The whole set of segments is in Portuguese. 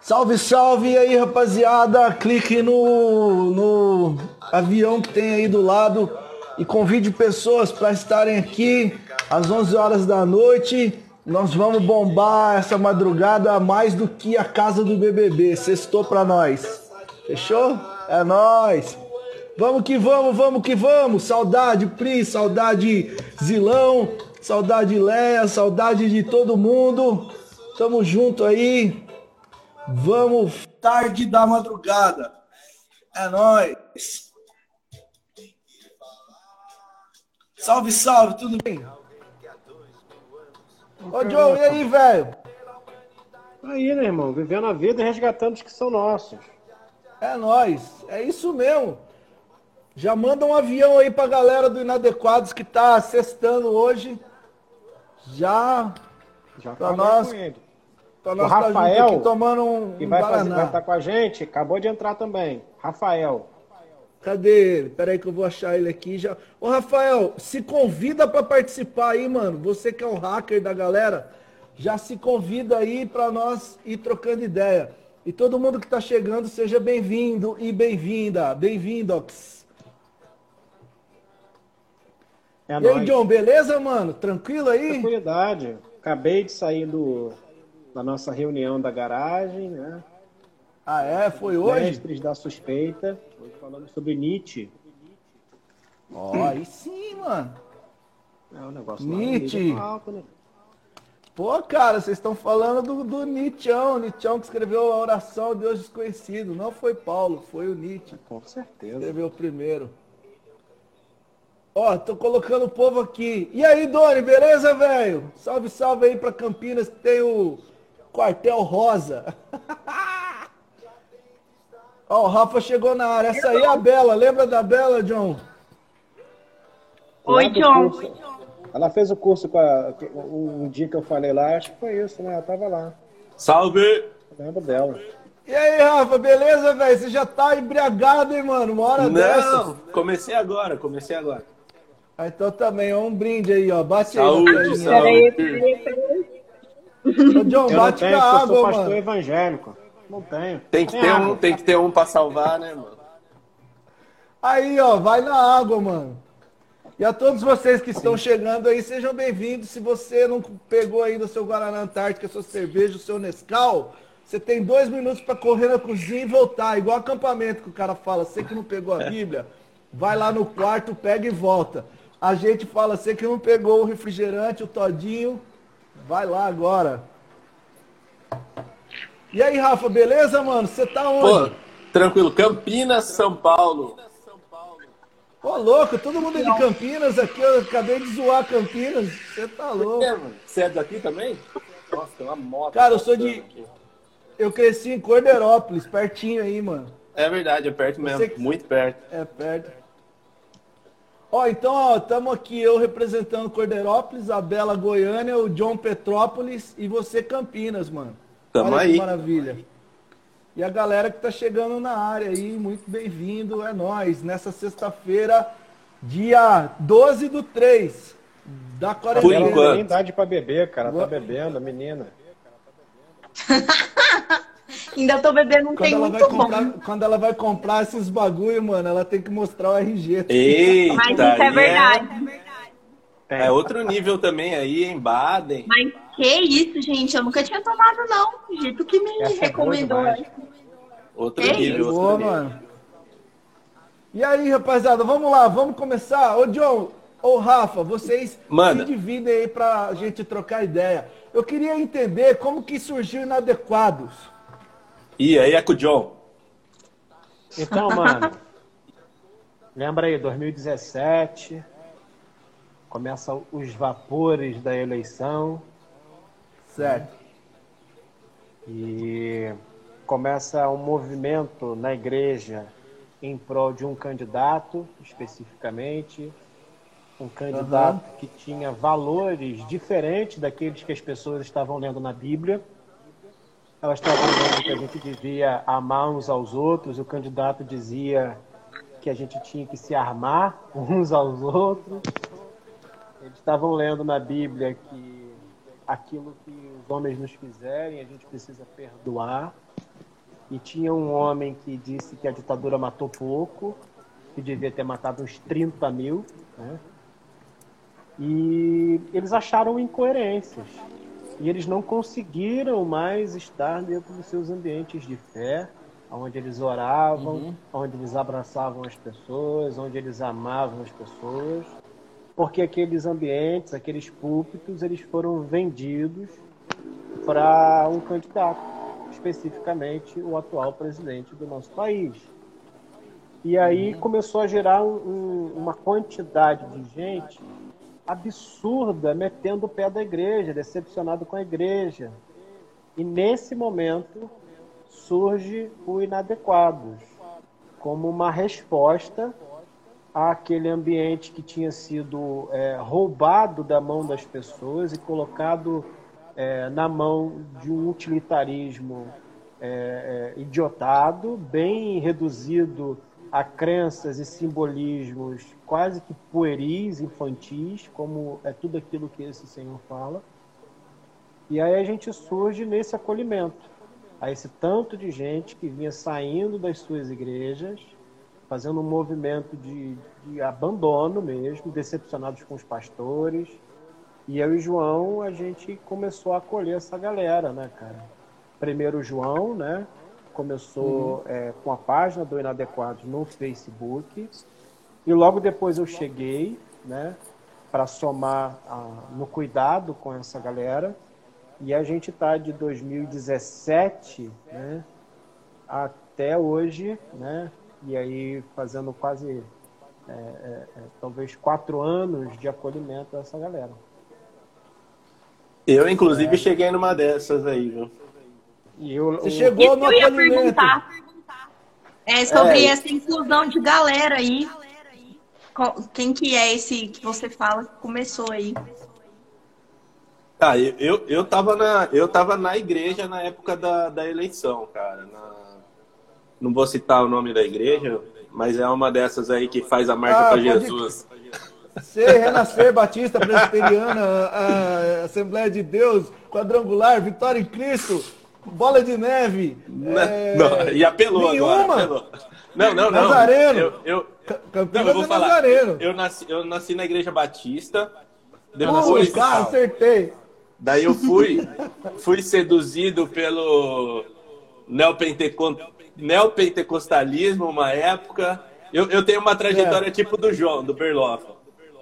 Salve, salve! E aí, rapaziada, clique no avião que tem aí do lado e convide pessoas para estarem aqui às 11 horas da noite. Nós vamos bombar essa madrugada mais do que a casa do BBB. Sextou pra nós. Fechou? É nóis! Vamos que vamos, vamos que vamos! Saudade Pri, saudade Zilão, saudade Leia, saudade de todo mundo. Tamo junto aí. Vamos, tarde da madrugada. É nóis. Salve, salve, tudo bem? Ô, Joe, e aí, velho? Aí, né, irmão? Vivendo a vida e resgatando os que são nossos. É nóis. É isso mesmo. Já manda um avião aí pra galera do Inadequados que tá sextando hoje. Já pra falei nós, com ele. pra O nós tá junto Rafael, aqui tomando que um vai Guaraná. estar com a gente, acabou de entrar também. Rafael. Cadê ele? Pera aí que eu vou achar ele aqui já. Ô, Rafael, se convida pra participar aí, mano. Você que é o hacker da galera, já se convida aí pra nós ir trocando ideia. E todo mundo que tá chegando, seja bem-vindo e bem-vinda. Bem-vindox. É E aí, nóis. John, beleza, mano? Tranquilo aí? Tranquilidade. Acabei de sair da nossa reunião da garagem, né? Ah, é? Foi Os hoje? mestres da suspeita. Hoje falando sobre Nietzsche. Ó, aí sim, mano. É um negócio Nietzsche. lá, alto, né? Pô, cara, vocês estão falando do Nietzscheão que escreveu a oração Deus Desconhecido. Não foi Paulo, foi o Nietzsche. Com certeza. Escreveu primeiro. Ó, tô colocando o povo aqui. E aí, Doni, beleza, velho? Salve, salve aí pra Campinas, que tem o Quartel Rosa. Ó, o Rafa chegou na área. Essa aí é a Bela. Lembra da Bela, John? Lá Oi, do John. curso. Ela fez o curso um dia que eu falei lá, acho que foi isso, né? Ela tava lá. Salve! Eu lembro dela. E aí, Rafa, beleza, velho? Você já tá embriagado, hein, mano? Uma hora dessa. Não, comecei agora. Ah, então também, ó, um brinde aí, ó. Bate Saúde, aí na telinha. saúde. Peraí. Ô, John, Eu não bate com tenho, a porque eu sou água, pastor mano. evangélico. Não tenho. Tem que ter um pra salvar, né, mano? Aí, ó, vai na água, mano. E a todos vocês que estão chegando aí, sejam bem-vindos. Se você não pegou ainda o seu Guaraná Antártica, a sua cerveja, o seu Nescau, você tem 2 minutos para correr na cozinha e voltar. Igual acampamento que o cara fala, você que não pegou a Bíblia, vai lá no quarto, pega e volta. A gente fala, você que não pegou o refrigerante, o todinho, vai lá agora. E aí, Rafa, beleza, mano? Você tá onde? Pô, tranquilo. Campinas, São Paulo. Ô, louco, todo mundo é de Campinas aqui, eu acabei de zoar Campinas. Você tá Por louco. quê, mano? Você é daqui também? Nossa, tem uma moto. Cara, eu sou passando de... aqui. Eu cresci em Cordeirópolis, pertinho aí, mano. É verdade, é perto mesmo. Você que- Muito perto. É perto. Ó, então, ó, tamo aqui, eu representando Cordeirópolis, a Bela Goiânia, o John Petrópolis e você Campinas, mano. Tamo Olha aí. que maravilha. E a galera que tá chegando na área aí, muito bem-vindo, é nóis. Nessa sexta-feira, dia 12/3, da Por quarentena. Ela não enquanto. tem nem idade pra beber, cara. Tá Boa. bebendo, a menina. Ainda tô bebendo um Quando tem ela, muito quando ela vai comprar esses bagulho, mano, ela tem que mostrar o RG. Eita, Mas isso é aí verdade. É outro nível também aí, em Baden. Mas que isso, gente? Eu nunca tinha tomado, não. O jeito que me Essa é boa recomendou. demais. Outro Ei, nível, Boa, outro nível. mano. E aí, rapaziada, vamos lá, vamos começar. Ô, John, ô, Rafa, vocês Manda. se dividem aí pra gente trocar ideia. Eu queria entender como que surgiu Inadequados. E aí é com o John. Então, mano, lembra aí, 2017, começam os vapores da eleição Certo. e começa um movimento na igreja em prol de um candidato, especificamente, um candidato que tinha valores diferentes daqueles que as pessoas estavam lendo na Bíblia. Elas estavam dizendo que a gente devia amar uns aos outros, o candidato dizia que a gente tinha que se armar uns aos outros. Eles estavam lendo na Bíblia que aquilo que os homens nos fizerem, a gente precisa perdoar. e tinha um homem que disse que a ditadura matou pouco, que devia ter matado uns 30 mil, né? E eles acharam incoerências. E eles não conseguiram mais estar dentro dos seus ambientes de fé, onde eles oravam, onde eles abraçavam as pessoas, onde eles amavam as pessoas, porque aqueles ambientes, aqueles púlpitos, eles foram vendidos para um candidato, especificamente o atual presidente do nosso país. E aí começou a gerar uma quantidade de gente absurda, metendo o pé da igreja, decepcionado com a igreja. E nesse momento surge o Inadequados, como uma resposta àquele ambiente que tinha sido roubado da mão das pessoas e colocado na mão de um utilitarismo idiotado, bem reduzido a crenças e simbolismos quase que pueris, infantis, como é tudo aquilo que esse Senhor fala. E aí a gente surge nesse acolhimento a esse tanto de gente que vinha saindo das suas igrejas, fazendo um movimento de abandono mesmo, decepcionados com os pastores. E eu e João, a gente começou a acolher essa galera, né, cara? Primeiro o João, né? Começou com a página do Inadequados no Facebook. E logo depois eu cheguei, né, para somar no cuidado com essa galera. E a gente está de 2017, né, até hoje, né, e aí fazendo quase, talvez 4 anos de acolhimento a essa galera. Eu, inclusive, cheguei numa dessas aí, viu? Você chegou no acolhimento. Sobre essa inclusão de galera aí. Quem que é esse que você fala que começou aí? Eu tava na igreja na época da eleição, cara. Não vou citar o nome da igreja, mas é uma dessas aí que faz a marcha para Jesus. Renascer, Batista, Presbiteriana, a Assembleia de Deus, Quadrangular, Vitória em Cristo, Bola de Neve. E apelou nenhuma. Agora. Apelou. Não. Nazareno. Eu vou falar. Nazareno. Eu nasci na Igreja Batista. Depois, acertei. Daí eu fui seduzido pelo neopentecostalismo uma época. Eu tenho uma trajetória tipo do João, do Berlofa.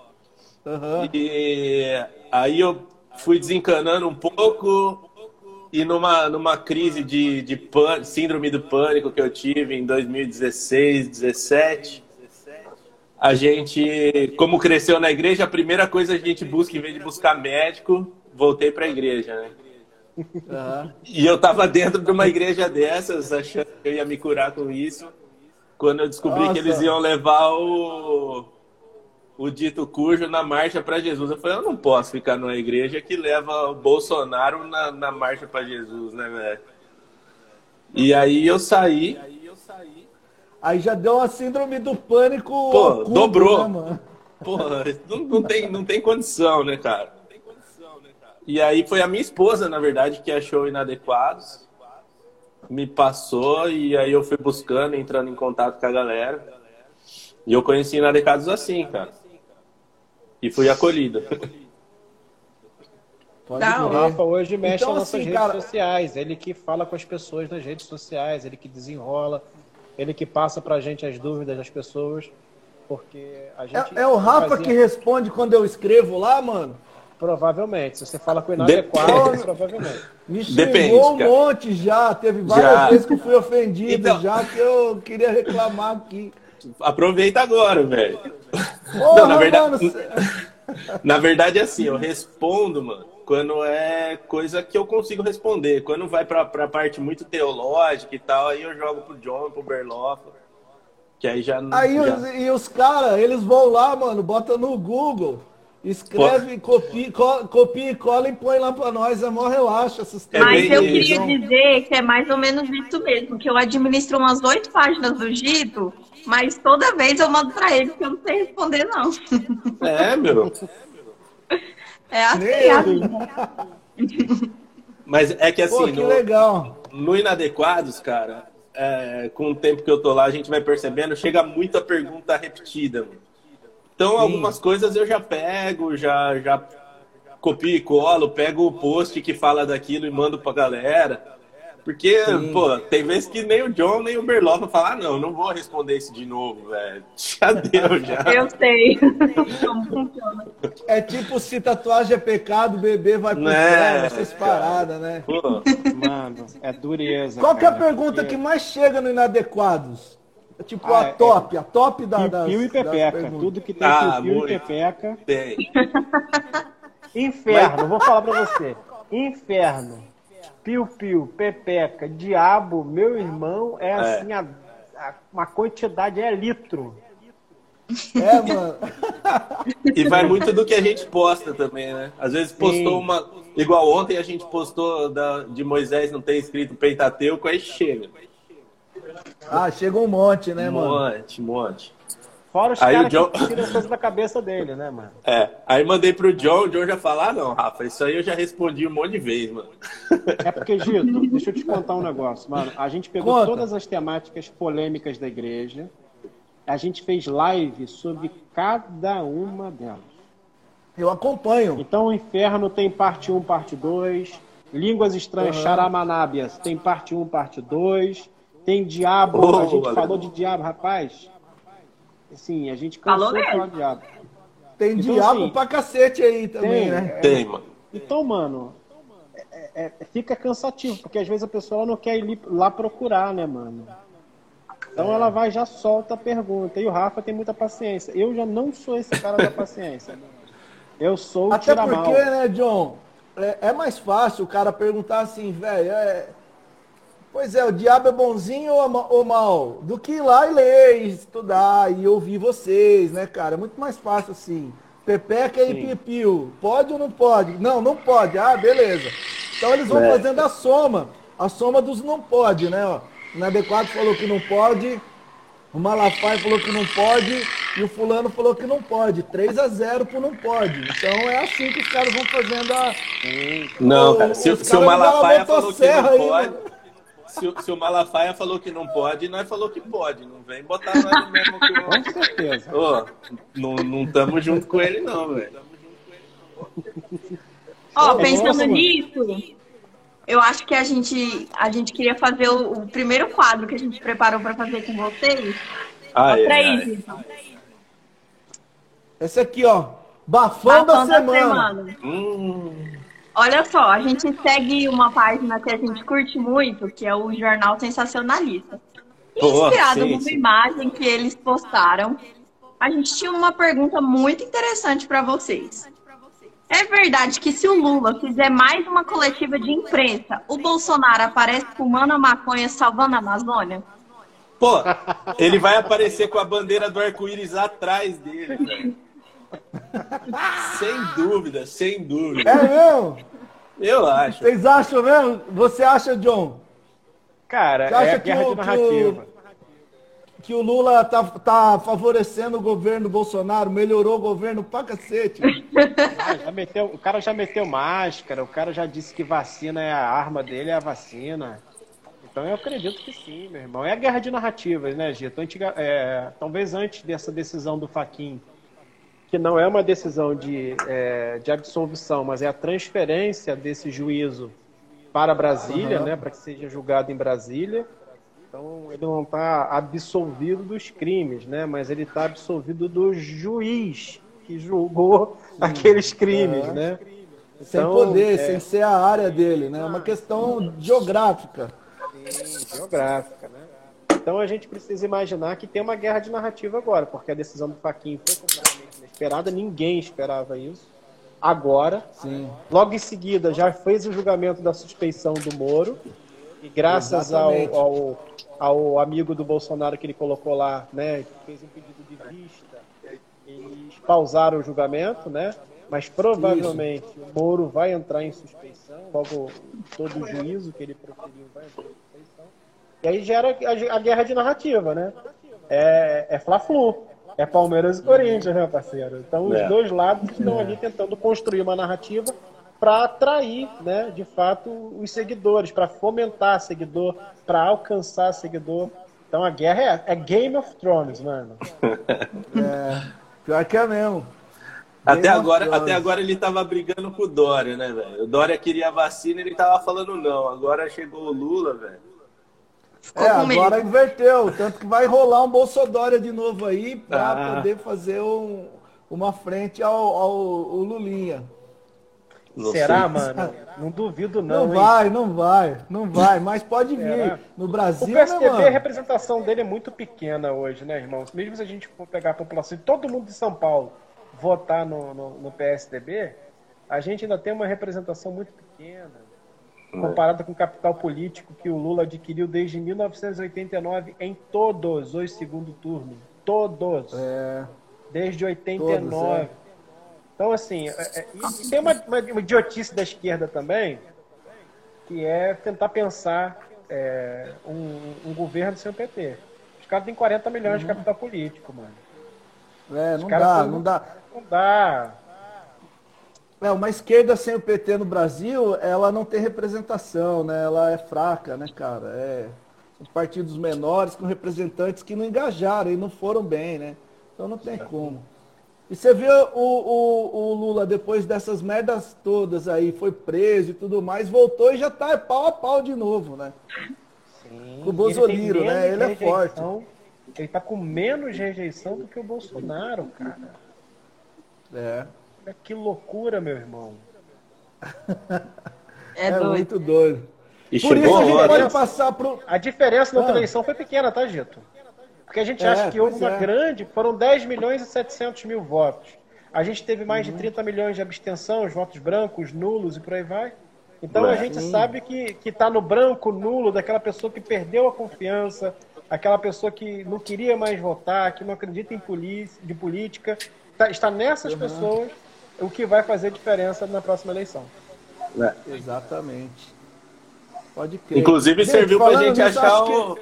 E aí eu fui desencanando um pouco e numa crise de síndrome do pânico que eu tive em 2016, 2017, a gente, como cresceu na igreja, a primeira coisa a gente busca, em vez de buscar médico, voltei para a igreja, né? E eu tava dentro de uma igreja dessas, achando que eu ia me curar com isso, quando eu descobri que eles iam levar o dito cujo na marcha para Jesus. Eu falei, eu não posso ficar numa igreja que leva o Bolsonaro na marcha para Jesus, né, velho? E aí eu saí. Aí já deu uma síndrome do pânico. Pô, oculto, dobrou. Né, mano? Pô, não tem condição, né, cara? E aí foi a minha esposa, na verdade, que achou Inadequados. Me passou e aí eu fui buscando, entrando em contato com a galera. E eu conheci Inadequados assim, cara. E fui acolhido. O Rafa hoje mexe nas nossas redes sociais. Ele que fala com as pessoas nas redes sociais, ele que desenrola, ele que passa pra gente as dúvidas das pessoas. Porque a gente. É o Rafa que responde quando eu escrevo lá, mano? Provavelmente. Se você fala com o Inadequado, provavelmente. Me xingou um monte já. Teve várias vezes que eu fui ofendido que eu queria reclamar aqui. Aproveita agora, velho. Na verdade, é assim, eu respondo, mano, quando é coisa que eu consigo responder. Quando vai pra parte muito teológica e tal, aí eu jogo pro John, pro Berlofa, que aí já... E os caras, eles vão lá, mano, bota no Google, escreve, copia e cola e põe lá pra nós, é mó relaxa. Mas eu queria dizer que é mais ou menos isso mesmo, que eu administro umas 8 páginas do Gito, mas toda vez eu mando pra ele, porque eu não sei responder, não. Meu. É assim. Mas é que assim, legal. No Inadequados, cara, com o tempo que eu tô lá, a gente vai percebendo, chega muita pergunta repetida, mano. Então, algumas coisas eu já pego, já copio e colo, pego o post que fala daquilo e mando pra galera. Porque, pô, tem vezes que nem o John, nem o Berloffa falam, não vou responder isso de novo, velho. Já deu, já. Eu sei como funciona. É tipo, se tatuagem é pecado, bebê vai pro céu, essas paradas, né? Pô. Mano, é dureza. Qual que é a cara, pergunta porque- que mais chega no Inadequados? É tipo a top das Piu-piu e pepeca. perguntas. Tudo que tem piu-piu muito. e pepeca. Tem. Inferno, vou falar pra você. Inferno, piu-piu, pepeca, diabo, meu irmão, é assim, uma quantidade, é litro. É, mano. E vai muito do que a gente posta também, né? Às vezes postou uma... Igual ontem a gente postou de Moisés não ter escrito Pentateuco, aí chega. Ah, chega um monte, né, mano? Monte. Fora os Aí caras o John- que tiram coisa da cabeça dele, né, mano? Aí mandei pro John, o John já falou, não, Rafa, isso aí eu já respondi um monte de vezes, mano. É porque, Gito, deixa eu te contar um negócio, mano. A gente pegou Conta. todas as temáticas polêmicas da igreja, a gente fez live sobre cada uma delas. Eu acompanho. Então o inferno tem parte 1, parte 2. Línguas estranhas, Charamanábias, tem parte 1, parte 2. Tem diabo, a gente falou de diabo, rapaz. Assim, a gente cansou Falou de falar mesmo. de diabo. Tem Então, diabo assim, pra cacete aí também, tem, né? Tem, mano. Então, mano, fica cansativo, porque às vezes a pessoa ela não quer ir lá procurar, né, mano? Então ela vai e já solta a pergunta. E o Rafa tem muita paciência. Eu já não sou esse cara da paciência. Eu sou o Até tira-mal. porque, né, John? É mais fácil o cara perguntar assim, velho, pois é, o diabo é bonzinho ou mal? Do que ir lá e ler, e estudar e ouvir vocês, né, cara? É muito mais fácil assim. Pepeca e piu-piu. Pode ou não pode? Não, não pode. Ah, beleza. Então eles vão fazendo a soma dos não pode, né? Ó. O Inadequado falou que não pode, o Malafaia falou que não pode e o fulano falou que não pode. 3-0 pro não pode. Então é assim que os caras vão fazendo a... Não, cara, se o Malafaia botou falou que serra não aí, pode... mano. Se o Malafaia falou que não pode, nós falou que pode. Não vem botar nós no mesmo que Com certeza. Ô, não tamo junto com ele, não, velho. Ó, pensando Nossa, mano. nisso, eu acho que a gente queria fazer o primeiro quadro que a gente preparou para fazer com vocês. Mostra aí, Gilson. Esse aqui, ó. Bafão da semana. Olha só, a gente segue uma página que a gente curte muito, que é o Jornal Sensacionalista. E inspirado numa imagem que eles postaram, a gente tinha uma pergunta muito interessante para vocês. É verdade que se o Lula fizer mais uma coletiva de imprensa, o Bolsonaro aparece fumando a maconha salvando a Amazônia? Pô, ele vai aparecer com a bandeira do arco-íris atrás dele, velho. Sem dúvida, sem dúvida. É mesmo? Eu acho. Vocês acham mesmo? Você acha, John? Cara, Você é acha a guerra de narrativa. que o Lula tá favorecendo o governo Bolsonaro, melhorou o governo pra cacete? O cara já meteu máscara, o cara já disse que vacina é a arma dele, é a vacina. Então eu acredito que sim, meu irmão. É a guerra de narrativas, né, Gito? Talvez antes dessa decisão do Fachin, que não é uma decisão de absolvição, mas é a transferência desse juízo para Brasília, né, para que seja julgado em Brasília. Então ele não está absolvido dos crimes, né, mas ele está absolvido do juiz que julgou aqueles crimes, né? Sem poder, sem ser a área dele, né? É uma questão geográfica. Sim, geográfica, né? Então a gente precisa imaginar que tem uma guerra de narrativa agora, porque a decisão do Fachin foi completamente inesperada, ninguém esperava isso. Agora, logo em seguida, já fez o julgamento da suspeição do Moro, e graças ao amigo do Bolsonaro que ele colocou lá, né, que fez um pedido de vista, eles pausaram o julgamento, né? Mas provavelmente o Moro vai entrar em suspeição, logo todo o juízo que ele proferiu vai entrar em suspeição. E aí gera a guerra de narrativa, né? É Fla-Flu, é Palmeiras e Corinthians, né, parceiro? Então os dois lados estão ali tentando construir uma narrativa para atrair, né, de fato, os seguidores, para fomentar seguidor, para alcançar seguidor. Então a guerra é Game of Thrones, mano. Pior que é mesmo. Até agora ele tava brigando com o Dória, né, velho? O Dória queria vacina e ele tava falando não. Agora chegou o Lula, velho. Agora inverteu. Tanto que vai rolar um Bolsodória de novo aí pra poder fazer uma frente ao Lulinha. Será, mano? Não duvido não. Não vai, mas pode vir. No Brasil, o PSDB, né, mano? A representação dele é muito pequena hoje, né, irmão? Mesmo se a gente for pegar a população de todo mundo de São Paulo votar no PSDB, a gente ainda tem uma representação muito pequena, comparada com o capital político que o Lula adquiriu desde 1989 em todos os segundo turno. Todos. Desde 89. Todos, Então, assim, e tem uma idiotice da esquerda também, que é tentar pensar um governo sem o PT. Os caras têm 40 milhões de capital político, mano. Não dá. Uma esquerda sem o PT no Brasil, ela não tem representação, né? Ela é fraca, né, cara? São partidos menores com representantes que não engajaram e não foram bem, né? Então não tem como. E você viu o Lula, depois dessas merdas todas aí, foi preso e tudo mais, voltou e já tá pau a pau de novo, né? Sim. O Bolsonaro, né? Ele é forte. Ele tá com menos rejeição do que o Bolsonaro, cara. Olha que loucura, meu irmão. É doido. Muito doido. E por isso a gente pode passar pro... A diferença na outra eleição foi pequena, tá, Gito? Porque a gente acha que houve uma grande... Foram 10 milhões e 700 mil votos. A gente teve mais de 30 milhões de abstenção, os votos brancos, nulos e por aí vai. Então a gente sabe que tá no branco, nulo, daquela pessoa que perdeu a confiança, aquela pessoa que não queria mais votar, que não acredita em política. Está nessas pessoas o que vai fazer diferença na próxima eleição. Exatamente. Pode crer. Inclusive serviu pra gente achar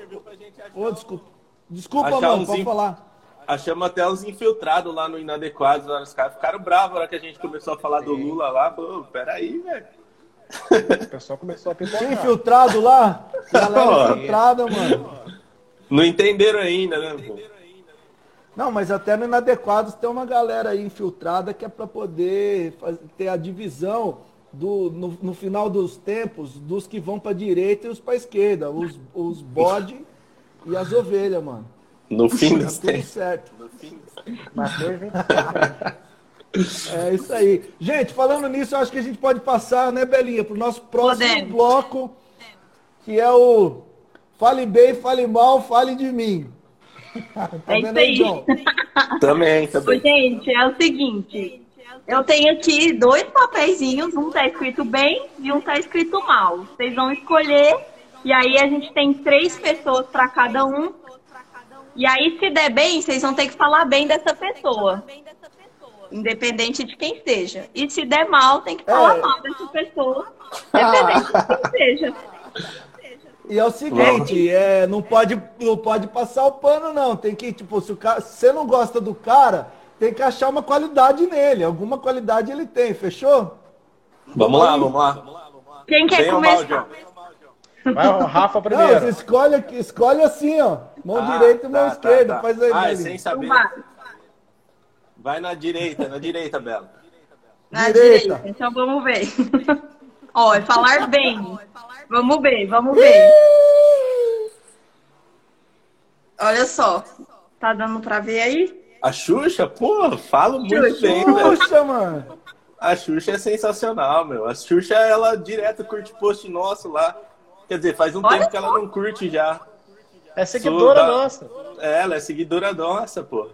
Desculpa, mano, pode falar. Achamos até os infiltrados lá no Inadequados, lá os caras ficaram bravos na hora que a gente começou a falar do Lula lá. Pô, peraí, velho. O pessoal começou a pipocar. Tinha infiltrado lá? Galera infiltrada, mano. Não entenderam ainda, né, pô? Não, mas até no Inadequados tem uma galera aí infiltrada que é para poder ter a divisão no final dos tempos dos que vão para direita e os para esquerda, os bode e as ovelhas, mano. No fim dos tempos. Tudo certo. É isso aí. Gente, falando nisso, eu acho que a gente pode passar, né, Belinha, pro nosso próximo bloco, que é o Fale Bem, Fale Mal, Fale de Mim. Tá isso aí. Também. Ô, gente, é o seguinte. Eu tenho aqui 2 papeizinhos, um tá escrito bem e um tá escrito mal. Vocês vão escolher, e aí a gente tem 3 pessoas para cada um. E aí, se der bem, vocês vão ter que falar bem dessa pessoa. Independente de quem seja. E se der mal, tem que falar mal dessa pessoa. Independente de quem seja. E é o seguinte, não pode passar o pano, não. Tem que, tipo, se você não gosta do cara, tem que achar uma qualidade nele. Alguma qualidade ele tem, fechou? Vamos lá. Quem quer começar? Vai o Rafa primeiro. Não, você escolhe assim, ó. Mão direita e mão esquerda. Faz aí, sem saber. Vai na direita, Bela. Na direita. Então vamos ver. Ó, falar bem. Vamos ver. Olha só. Tá dando pra ver aí? A Xuxa, pô, falo muito bem, velho. Xuxa, mano. A Xuxa é sensacional, meu. A Xuxa, ela direto curte post nosso lá. Quer dizer, faz um tempo que ela não curte já. É seguidora nossa. Ela é seguidora nossa, pô.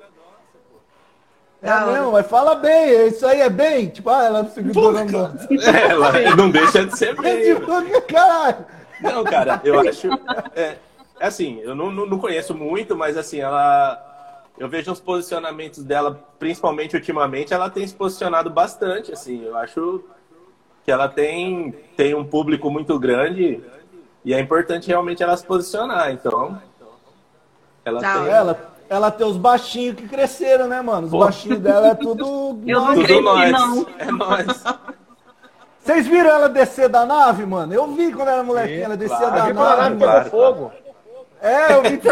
Não, mas fala bem, isso aí é bem? Tipo, ela não seguidora nossa. Ela não deixa de ser bem. Caralho. Não, cara, eu acho... assim, eu não conheço muito, mas assim, eu vejo os posicionamentos dela, principalmente ultimamente, ela tem se posicionado bastante, assim. Eu acho que ela tem um público muito grande e é importante realmente ela se posicionar, então... Ela tem os baixinhos que cresceram, né, mano? Os baixinhos dela é tudo... Eu não cresci, não. É nóis. Vocês viram ela descer da nave, mano? Eu vi quando era molequinha, ela descia da nave. Pegou fogo. É, eu vi.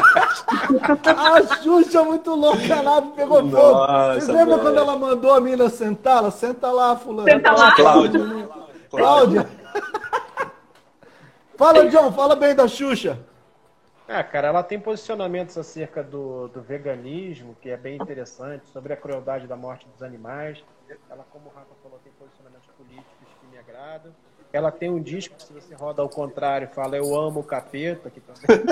A Xuxa é muito louca, a nave pegou fogo. Vocês lembram quando ela mandou a mina sentar? Ela senta lá, fulano. Senta lá. Cláudia. Fala, John, fala bem da Xuxa. Cara, ela tem posicionamentos acerca do veganismo, que é bem interessante, sobre a crueldade da morte dos animais. Ela, como o Rafa falou, tem posicionamentos políticos que me agradam. Ela tem um disco que, se você roda ao contrário, fala "Eu amo o capeta", que também...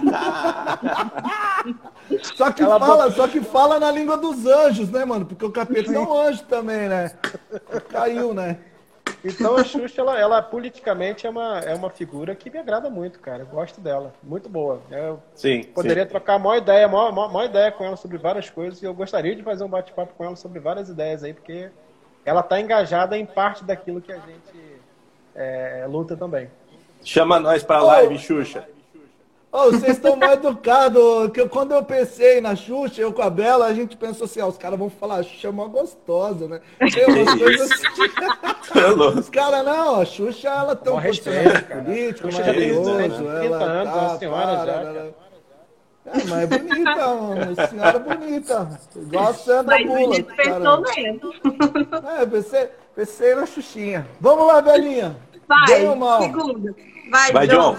só que fala na língua dos anjos, né, mano? Porque o capeta é um anjo também, né? Caiu, né? Então a Xuxa, ela politicamente é uma figura que me agrada muito, cara. Eu gosto dela. Muito boa. Eu poderia trocar a maior ideia com ela sobre várias coisas, e eu gostaria de fazer um bate-papo com ela sobre várias ideias aí, porque ela tá engajada em parte daquilo que a gente luta também. Chama nós pra live, Xuxa. Vocês estão mal educados. Quando eu pensei na Xuxa, eu com a Bela, a gente pensou assim, os caras vão falar, a Xuxa é uma gostosa, né? Tem umas coisas assim. Os caras, não, a Xuxa, ela tem um posicionamento político, maravilhoso. Ela anos, uma senhora já. Mas é bonita, uma senhora bonita. Igual a Sandra Bullock. Pensou mesmo. Pensei na Xuxinha. Vamos lá, Belinha. Vai, bem ou mal? Segundo. Vai, John.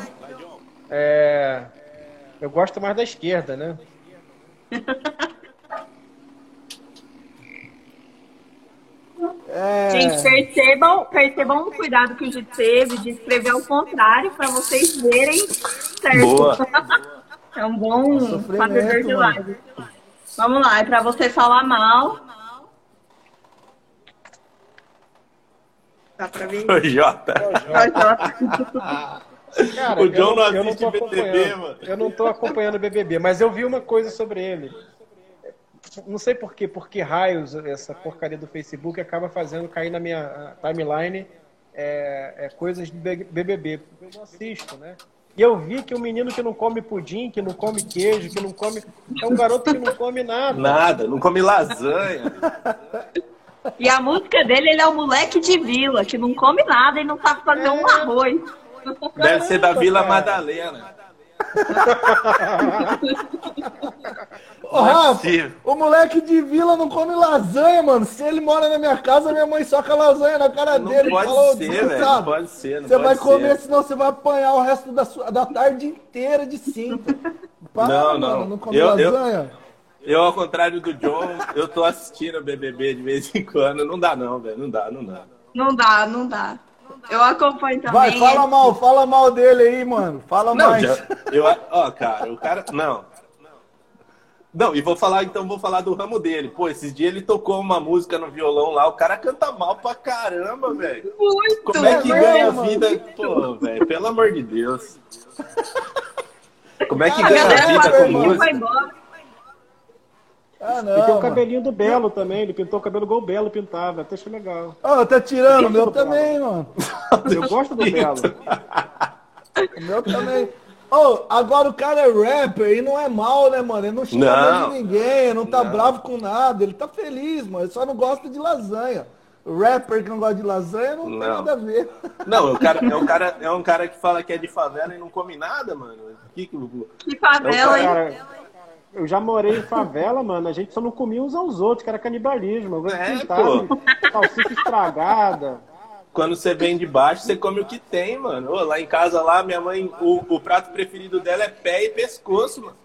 Eu gosto mais da esquerda, né? Gente, percebam o cuidado que o Gito teve de escrever ao contrário para vocês verem certo. Boa. É um bom fazedor de live. Vamos lá, é para você falar mal. Dá pra ver? Jota. Cara, o John não assiste BBB, mano. Eu não tô acompanhando o BBB, mas eu vi uma coisa sobre ele. Não sei por quê, porque raios essa porcaria do Facebook acaba fazendo cair na minha timeline coisas de BBB. Eu não assisto, né? E eu vi que o menino que não come pudim, que não come queijo, que não come... É um garoto que não come nada. Nada, não come lasanha. E a música dele, ele é um moleque de vila, que não come nada e não sabe fazer um arroz. Deve ser da Vila Madalena. Rafa, o moleque de vila não come lasanha, mano. Se ele mora na minha casa, minha mãe soca lasanha na cara dele. Pode ser, velho. Não pode ser. Você vai comer, senão você vai apanhar o resto da tarde inteira de cinto. Não come lasanha. Eu, ao contrário do John, eu tô assistindo o BBB de vez em quando. Não dá, não, velho. Não dá. Não dá. Eu acompanho também. Vai, fala mal dele aí, mano. Fala mais. Cara, o cara... Não, e vou falar do ramo dele. Pô, esses dias ele tocou uma música no violão lá, o cara canta mal pra caramba, velho. Muito! Como é que ganha vida? Pô, velho, pelo amor de Deus. Como é que ganha vida com música? Ele tem o cabelinho do Belo também, ele pintou o cabelo igual o Belo pintava, até achei legal. Tá tirando, o meu também, mano. Eu gosto do Belo. O meu também. Agora o cara é rapper e não é mal, né, mano? Ele não xinga de ninguém, não tá bravo com nada, ele tá feliz, mano. Ele só não gosta de lasanha. O rapper que não gosta de lasanha não tem nada a ver. Não, é um cara que fala que é de favela e não come nada, mano. Que favela, hein? Eu já morei em favela, mano. A gente só não comia uns aos outros, que era canibalismo. Salsicha estragada. Quando você vem de baixo, você come o que tem, mano. Lá em casa, minha mãe, o prato preferido dela é pé e pescoço, mano.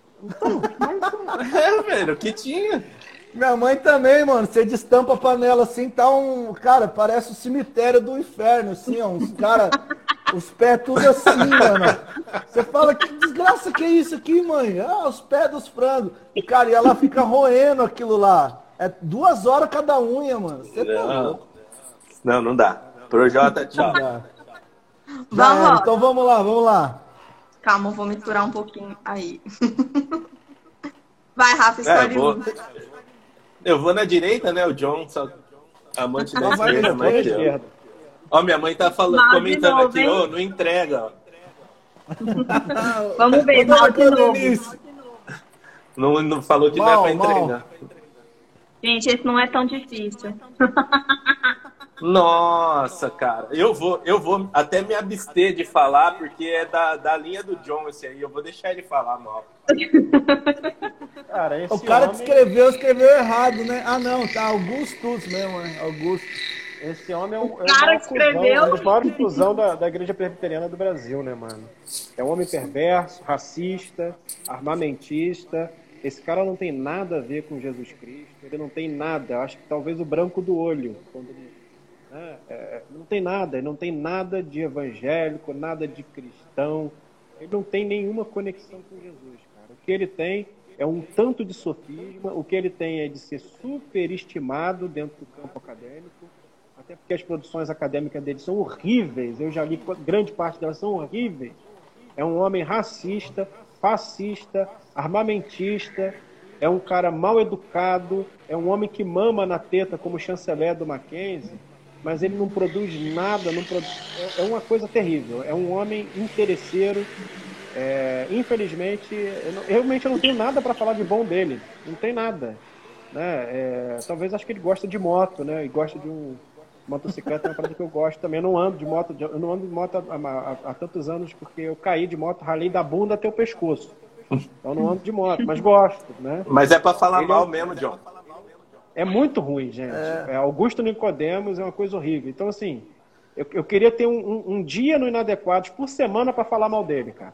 Velho, o que tinha? Minha mãe também, mano. Você destampa a panela assim, tá cara, parece o cemitério do inferno, assim, ó. Os pés tudo assim, mano. Você fala, que desgraça que é isso aqui, mãe? Os pés dos frangos. E, cara, e ela fica roendo aquilo lá. É 2 horas cada unha, mano. Você tá louco. Não dá. Projota, tchau. Então vamos lá. Calma, eu vou misturar um pouquinho aí. Vai, Rafa, escolhe um. Eu vou na direita, né? O John, amante da esquerda, mas esquerda. Minha mãe tá comentando novo, aqui, não entrega, ó. Vamos ver, mal de novo. Não falou que dá pra entregar. Gente, esse não é tão difícil. Nossa, cara. Eu vou até me abster de falar, porque é da linha do John esse aí. Eu vou deixar ele falar mal. Cara, O cara que escreveu errado, né? Ah, não, tá Augustus mesmo, né? Augusto. Esse homem é um dos maiores cuzão da igreja presbiteriana do Brasil, né, mano? É um homem perverso, racista, armamentista. Esse cara não tem nada a ver com Jesus Cristo. Ele não tem nada. Eu acho que talvez o branco do olho. Quando ele, não tem nada. Ele não tem nada de evangélico, nada de cristão. Ele não tem nenhuma conexão com Jesus, cara. O que ele tem é um tanto de sofisma. O que ele tem é de ser superestimado dentro do campo acadêmico. Até porque as produções acadêmicas dele são horríveis. Eu já li grande parte delas, são horríveis. É um homem racista, fascista, armamentista, é um cara mal educado, é um homem que mama na teta como chanceler do Mackenzie, mas ele não produz nada, é uma coisa terrível. É um homem interesseiro. Infelizmente, realmente eu não tenho nada para falar de bom dele. Não tem nada. Né? Talvez acho que ele gosta de moto, né? E gosta de motocicleta, é uma parada que eu gosto também. Eu não ando de moto há tantos anos, porque eu caí de moto, ralei da bunda até o pescoço. Então eu não ando de moto, mas gosto, né? Mas é pra falar mal mesmo, John. É muito ruim, gente. Augusto Nicodemos é uma coisa horrível. Então, assim, eu queria ter um dia no Inadequados por semana pra falar mal dele, cara.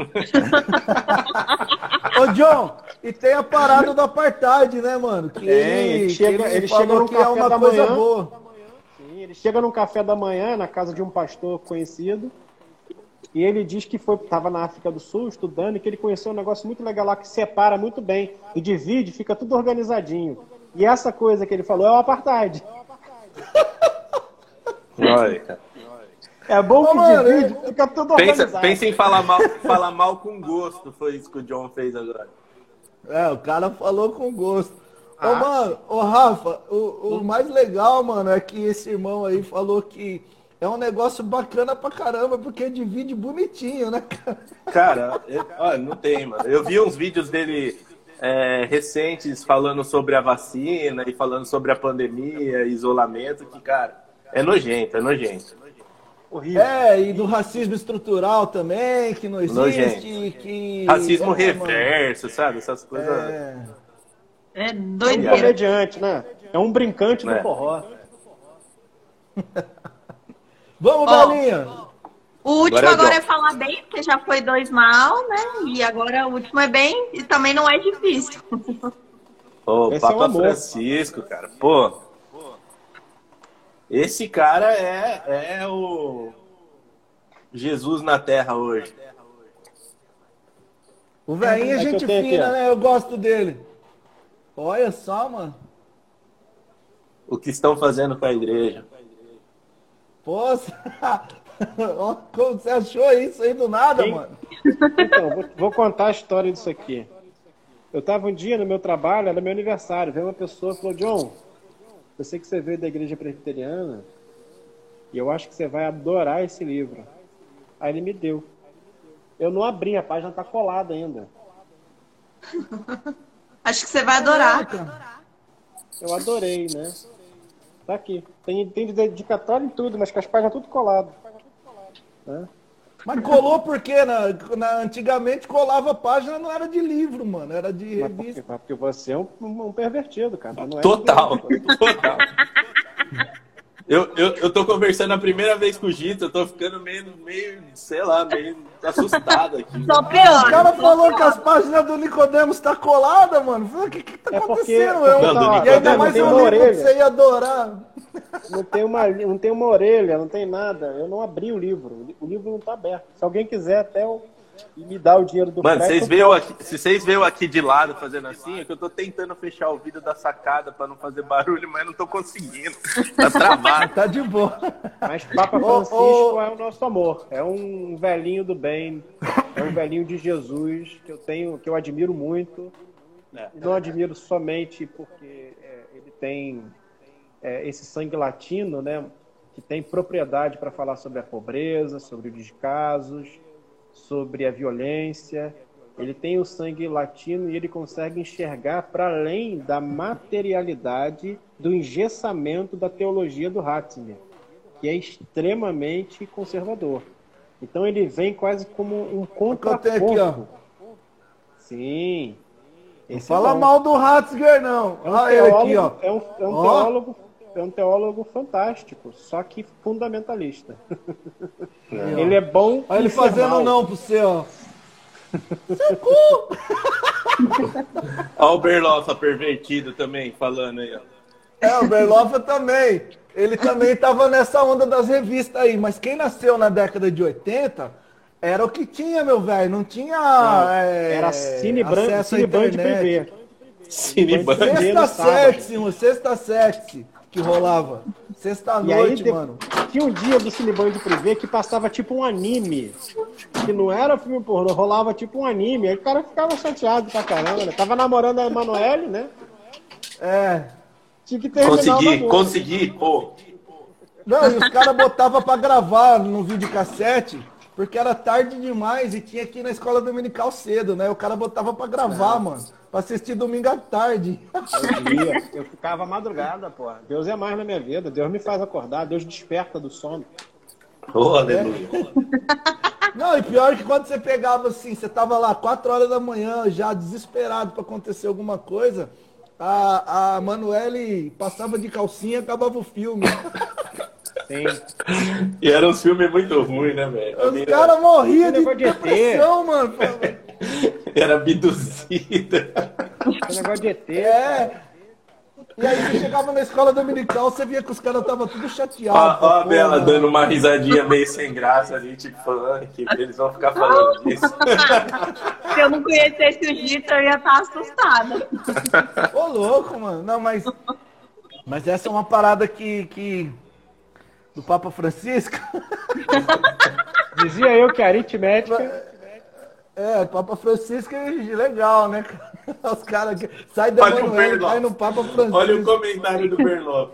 Ô, John, e tem a parada do apartheid, né, mano? Que ele chega no café uma da coisa manhã. boa. Sim, ele chega num café da manhã na casa de um pastor conhecido. E ele diz que estava na África do Sul estudando e que ele conheceu um negócio muito legal lá que separa muito bem e divide, fica tudo organizadinho. E essa coisa que ele falou é o apartheid. Olha, cara. É bom que divide, fica tudo organizado. Pensa em falar mal com gosto, foi isso que o John fez agora. O cara falou com gosto. Ô, Rafa, o mais legal, mano, é que esse irmão aí falou que é um negócio bacana pra caramba, porque divide bonitinho, né, cara? Cara, não tem, mano. Eu vi uns vídeos dele recentes falando sobre a vacina e falando sobre a pandemia, isolamento, que, cara, é nojento. Horrível. E do racismo estrutural também, que não existe. Que racismo reverso, sabe? Essas coisas. É doideira. um comediante, né? É um brincante do forró. Vamos, Galinha! O último agora é falar bem, porque já foi 2 mal, né? E agora o último é bem e também não é difícil. Papa Francisco, cara. Pô, esse cara é o Jesus na Terra hoje. O velhinho é gente fina, né? Eu gosto dele. Olha só, mano. O que estão fazendo com a igreja? Poxa, como você achou isso aí do nada, mano? Então, vou contar a história disso aqui. Eu estava um dia no meu trabalho, era meu aniversário, veio uma pessoa e falou: John, eu sei que você veio da igreja presbiteriana e eu acho que você vai adorar esse livro. Aí ele me deu. Eu não abri, a página tá colada ainda. Acho que você vai adorar. Eu adorei, né? Tá aqui. Tem dedicatório em tudo, mas com as páginas tudo colado. Né? Mas colou porque antigamente colava a página, não era de livro, mano, era de revista. Porque você é um pervertido, cara. Não é total. Eu tô conversando a primeira vez com o Gito, eu tô ficando meio, sei lá, meio assustado aqui. Só pior. O cara falou que as páginas do Nicodemos tá colada, mano. O que tá acontecendo? E ainda mais um livro que você ia adorar. Não tem uma orelha, não tem nada. Eu não abri o livro. O livro não tá aberto. Se alguém quiser até me dar o dinheiro do Mano, se vocês veem aqui de lado fazendo assim, é que eu tô tentando fechar o vidro da sacada pra não fazer barulho, mas não tô conseguindo. Tá travado. Tá de boa. Mas Papa Francisco é o nosso amor. É um velhinho do bem. É um velhinho de Jesus que eu admiro muito. Não admiro somente porque ele tem esse sangue latino, né, que tem propriedade para falar sobre a pobreza, sobre os descasos, sobre a violência. Ele tem o sangue latino e ele consegue enxergar para além da materialidade do engessamento da teologia do Ratzinger, que é extremamente conservador. Então ele vem quase como um contraponto. Aqui, ó. Sim. Não fala mal do Ratzinger, não. Olha ele aqui, ó. É um teólogo fantástico, só que fundamentalista. Ele é bom. Olha ele fazendo mal. Não pro você, ó. Olha o Berloffa pervertido também, falando aí, ó. O Berloffa também. Ele também tava nessa onda das revistas aí. Mas quem nasceu na década de 80 era o que tinha, meu velho. Não tinha. Era Cineband Privé. Cineband. Sexta sexy que rolava. Sexta-noite, mano. Tinha um dia do Cineband Privé que passava tipo um anime. Que não era filme pornô, rolava tipo um anime. Aí o cara ficava chateado pra caramba. Né? Tava namorando a Emanuele, né? Tinha que terminar consegui, pô. Não, e os caras botavam pra gravar no videocassete, porque era tarde demais e tinha aqui na escola dominical cedo, né? O cara botava pra gravar, mano. Pra assistir domingo à tarde. Eu ficava madrugada, pô. Deus é mais na minha vida. Deus me faz acordar. Deus desperta do sono. Oh, aleluia. Não, e pior que quando você pegava assim, você tava lá 4 horas da manhã, já desesperado pra acontecer alguma coisa, a Manuele passava de calcinha e acabava o filme. Sim. E era um filme muito ruim, né, velho? Os caras morriam de depressão, mano. Era abduzida. Esse negócio de ET. E aí você chegava na escola dominical, você via que os caras estavam tudo chateados. Ó a Bela dando uma risadinha meio sem graça ali, tipo, falando que eles vão ficar falando disso. Se eu não conhecesse o Gito, eu ia estar assustada. Ô, louco, mano. Não, mas essa é uma parada que do Papa Francisco. Dizia eu que a aritmética... Papa Francisco é legal, né? Os caras que saem da Emanuele e caem no Papa Francisco. Olha o comentário do Berloffa.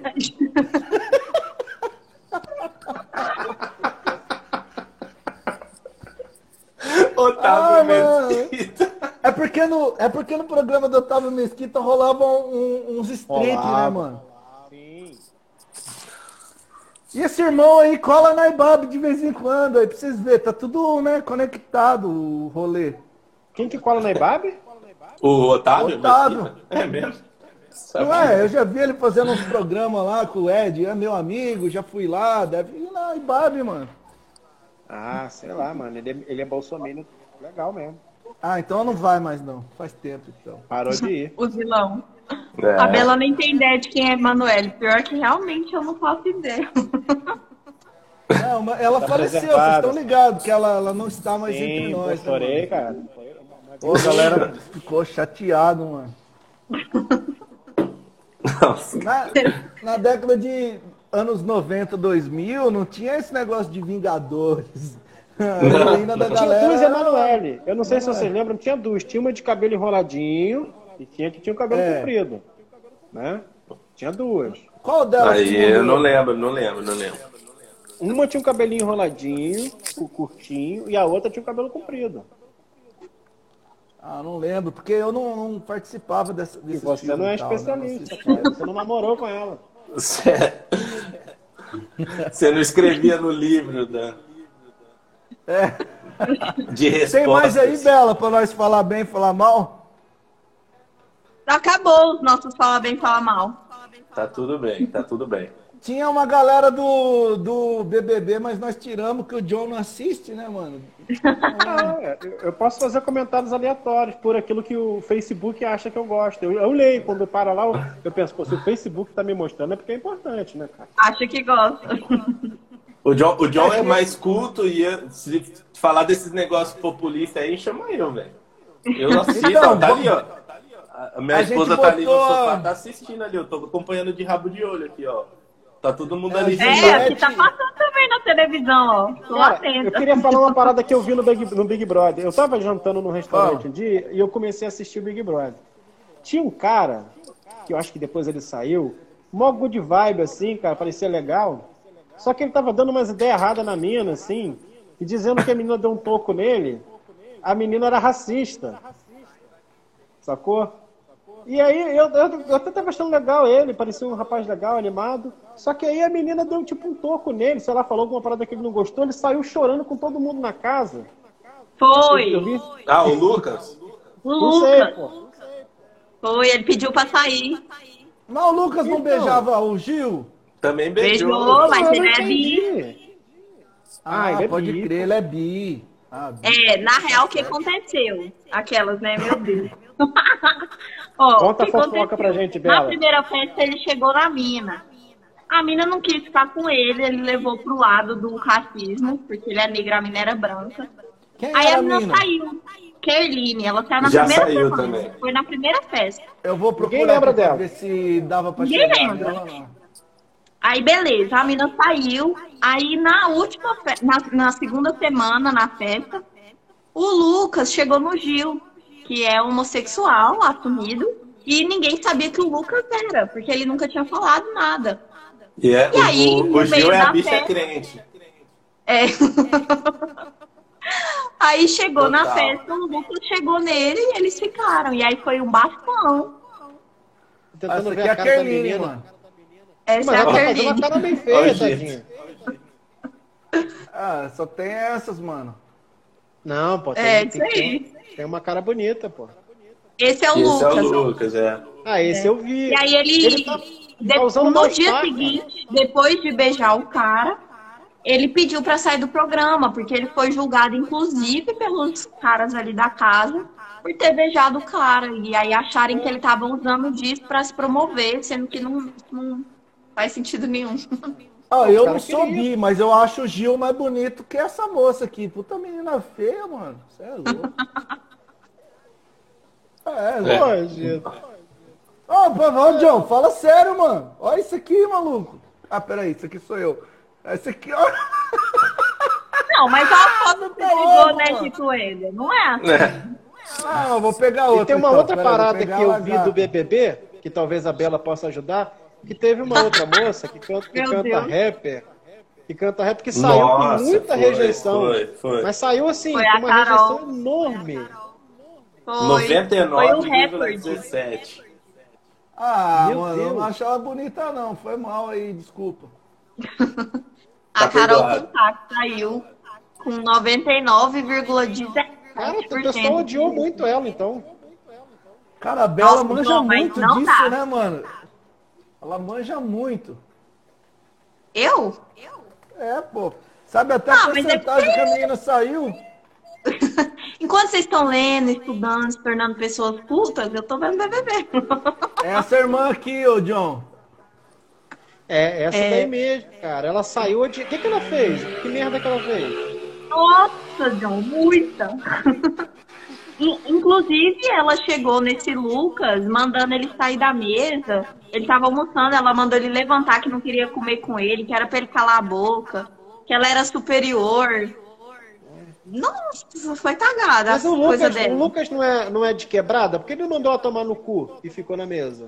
Otávio Mesquita. É porque no programa do Otávio Mesquita rolavam uns strips, né, mano? Sim. E esse irmão aí cola na IBAB de vez em quando, aí pra vocês verem, tá tudo, né, conectado o rolê. Quem que cola na IBAB? O Otávio? Otávio. É mesmo? Eu já vi ele fazendo uns programas lá com o Ed, é meu amigo, já fui lá, deve ir na IBAB, mano. Ah, sei lá, mano, ele é bolsominion legal mesmo. Ah, então não vai mais não, faz tempo então. Parou de ir. O vilão. A Bela nem tem ideia de quem é Emanuele. Pior que realmente eu não faço ideia. Não, ela faleceu, vocês estão ligados que ela não está mais entre nós. Eu chorei, cara. Pô, a galera ficou chateado, mano. Na década de anos 90, 2000, não tinha esse negócio de Vingadores. Tinha duas Emanuele. Eu não sei se vocês lembram, tinha duas. Tinha uma de cabelo enroladinho e tinha que tinha o cabelo comprido. Né? Tinha duas. Qual delas? Aí eu não lembro. Uma tinha um cabelinho enroladinho, curtinho, e a outra tinha o cabelo comprido. Ah, não lembro, porque eu não participava desse E você não é especialista, cara. Você não namorou com ela. Você não escrevia no livro de respostas. Tem mais aí, Bela, pra nós falar bem, falar mal? Acabou os nossos fala bem, fala mal. Tá tudo bem. Tinha uma galera do BBB, mas nós tiramos que o John não assiste, né, mano? Eu posso fazer comentários aleatórios por aquilo que o Facebook acha que eu gosto. Eu leio, quando para lá, eu penso, pô, se o Facebook tá me mostrando é porque é importante, né, cara? Acha que gosta. O John é mais culto e se falar desses negócios populistas aí, chama eu, velho. Eu assisto, então, tá ali, ó. A minha esposa tá ali no botou... sofá, tá assistindo ali, eu tô acompanhando de rabo de olho aqui, ó. Tá todo mundo ali. Aqui tá passando também na televisão, ó. Tô atenta. Eu queria falar uma parada que eu vi no Big Brother. Eu tava jantando num restaurante um dia e eu comecei a assistir o Big Brother. Tinha um cara, que eu acho que depois ele saiu, mó good vibe, assim, cara, parecia legal. Só que ele tava dando umas ideias erradas na mina, assim, e dizendo que a menina deu um toco nele. a menina era racista. Sacou? E aí eu até tava achando legal ele, parecia um rapaz legal, animado. Só que aí a menina deu tipo um toco nele, sei lá, falou alguma parada que ele não gostou, ele saiu chorando com todo mundo na casa. Foi. O Lucas? O Não Lucas. sei, pô. Foi, ele pediu pra sair. Mas o Lucas não beijava o Gil? Também beijou. Beijou, mas eu ele não é bi. entendi. Ele é pode bi. crer, ele é bi. Bi. É, na real, o que aconteceu? Aquelas, né? Meu Deus. Ó, Conta o que a fofoca aconteceu? pra gente, Na Bela. primeira festa, ele chegou na mina. A mina não quis ficar com ele levou pro lado do racismo, porque ele é negro, a mina era branca. Quem Aí era a mina mina? saiu. Kerline, ela saiu na Já primeira saiu semana. também. Foi na primeira festa. Eu vou procurar Ninguém lembra pra dela. ver se dava pra Ninguém chegar lembra. nela, não. Aí, beleza, a mina saiu. Aí, na última na segunda semana, na festa, o Lucas chegou no Gil, que é homossexual, assumido, e ninguém sabia que o Lucas era, porque ele nunca tinha falado nada. E aí, no o Gil meio é a da bicha festa- crente. É. Aí chegou na Total. festa, o Lucas chegou nele e eles ficaram. E aí foi um bafão. Tô Essa tentando aqui ver é a a cara da Kerline, menina. mano. Essa Mas é a ela tá fazendo uma Kerline. cara bem Ó, feia, gente. tadinha. Só tem essas, mano. Não, pô, Isso aí. tem uma cara bonita, pô. Esse é o Esse é Lucas. o Lucas, é. Ah, esse eu vi. E aí ele usando no mal-estar, dia cara. seguinte, depois de beijar o cara, ele pediu pra sair do programa, porque ele foi julgado, inclusive, pelos caras ali da casa, por ter beijado o cara. E aí acharem que ele tava usando disso pra se promover, sendo que não faz sentido nenhum. Eu cara não sou queria. bi, mas eu acho o Gil mais bonito que essa moça aqui. Puta menina feia, mano. Você é louco. Pô, gente. Ô, John, fala sério, mano. Olha isso aqui, maluco. Peraí, isso aqui sou eu. Esse aqui, ó. Não, mas a foto que Tá pegou, louco, né, mano. Tito Ele? Não é assim. Eu vou pegar outra. E tem uma então. outra Pera aí, vou parada pegar que eu a vi gata. do BBB, que talvez a Bela possa ajudar, que teve uma outra moça que canta Meu Deus. rapper, que saiu Nossa, com muita foi, rejeição. foi. Mas saiu assim, Foi com a uma Carol. rejeição enorme. Foi o recorde. 99,17. Meu Mano, eu Deus. não achava bonita, não. Foi mal aí, desculpa. A Tá Carol perdoado. Contato saiu com 99,17%. Cara, o pessoal odiou muito ela, então. Cara, a Bela Nossa, manja João, mas muito não disso, dá. né, mano? Ela manja muito. Eu? Pô. Sabe até a Ah, mas é porcentagem porque- que a menina saiu? Enquanto vocês estão lendo, estudando, se tornando pessoas cultas, eu tô vendo BBB. Essa irmã aqui, ô John. Essa daí mesmo, cara. Ela saiu de... O que ela fez? Que merda que ela fez? Nossa, John, muita. Inclusive, ela chegou nesse Lucas, mandando ele sair da mesa. Ele tava almoçando, ela mandou ele levantar que não queria comer com ele, que era pra ele calar a boca, que ela era superior. Nossa, foi cagada Mas a o coisa Lucas, dela. o Lucas não é de quebrada? Por que ele não mandou ela tomar no cu e ficou na mesa?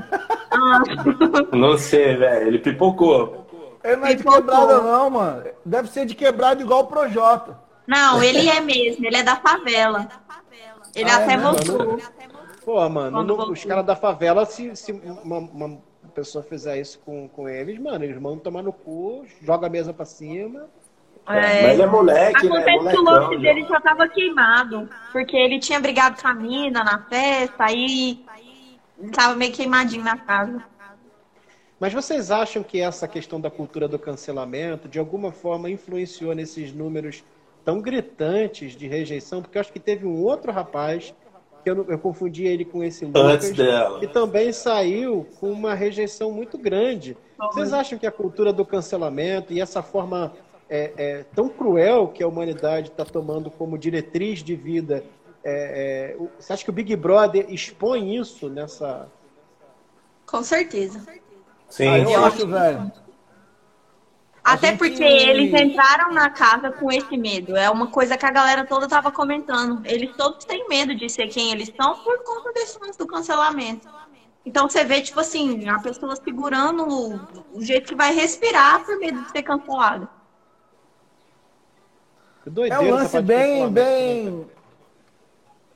Não sei, velho. Ele pipocou. Ele não é de Pipocou. quebrada, não, mano. Deve ser de quebrada igual o Projota. Não, ele é mesmo, ele é da favela. Ele até né, voltou. Pô, mano, Quando os voltou. caras da favela, se uma pessoa fizer isso com eles, mano, eles mandam tomar no cu, joga a mesa pra cima. É. Mas ele é moleque, né? Acontece que o Molecão, look dele já tava queimado, porque ele tinha brigado com a mina na festa, aí ele tava meio queimadinho na casa. Mas vocês acham que essa questão da cultura do cancelamento, de alguma forma, influenciou nesses números tão gritantes de rejeição? Porque eu acho que teve um outro rapaz, que eu confundi ele com esse Antes Lucas, dela. que também saiu com uma rejeição muito grande. Vocês acham que a cultura do cancelamento e essa forma tão cruel que a humanidade está tomando como diretriz de vida, você acha que o Big Brother expõe isso nessa... Com certeza. Sim, Eu acho, velho. Até gente- porque eles entraram na casa com esse medo. É uma coisa que a galera toda tava comentando. Eles todos têm medo de ser quem eles são por conta desse lance do cancelamento. Então você vê, tipo assim, a pessoa segurando o jeito que vai respirar por medo de ser cancelado. Que É doideira um essa lance parte de bem, cancelamento, né, bem...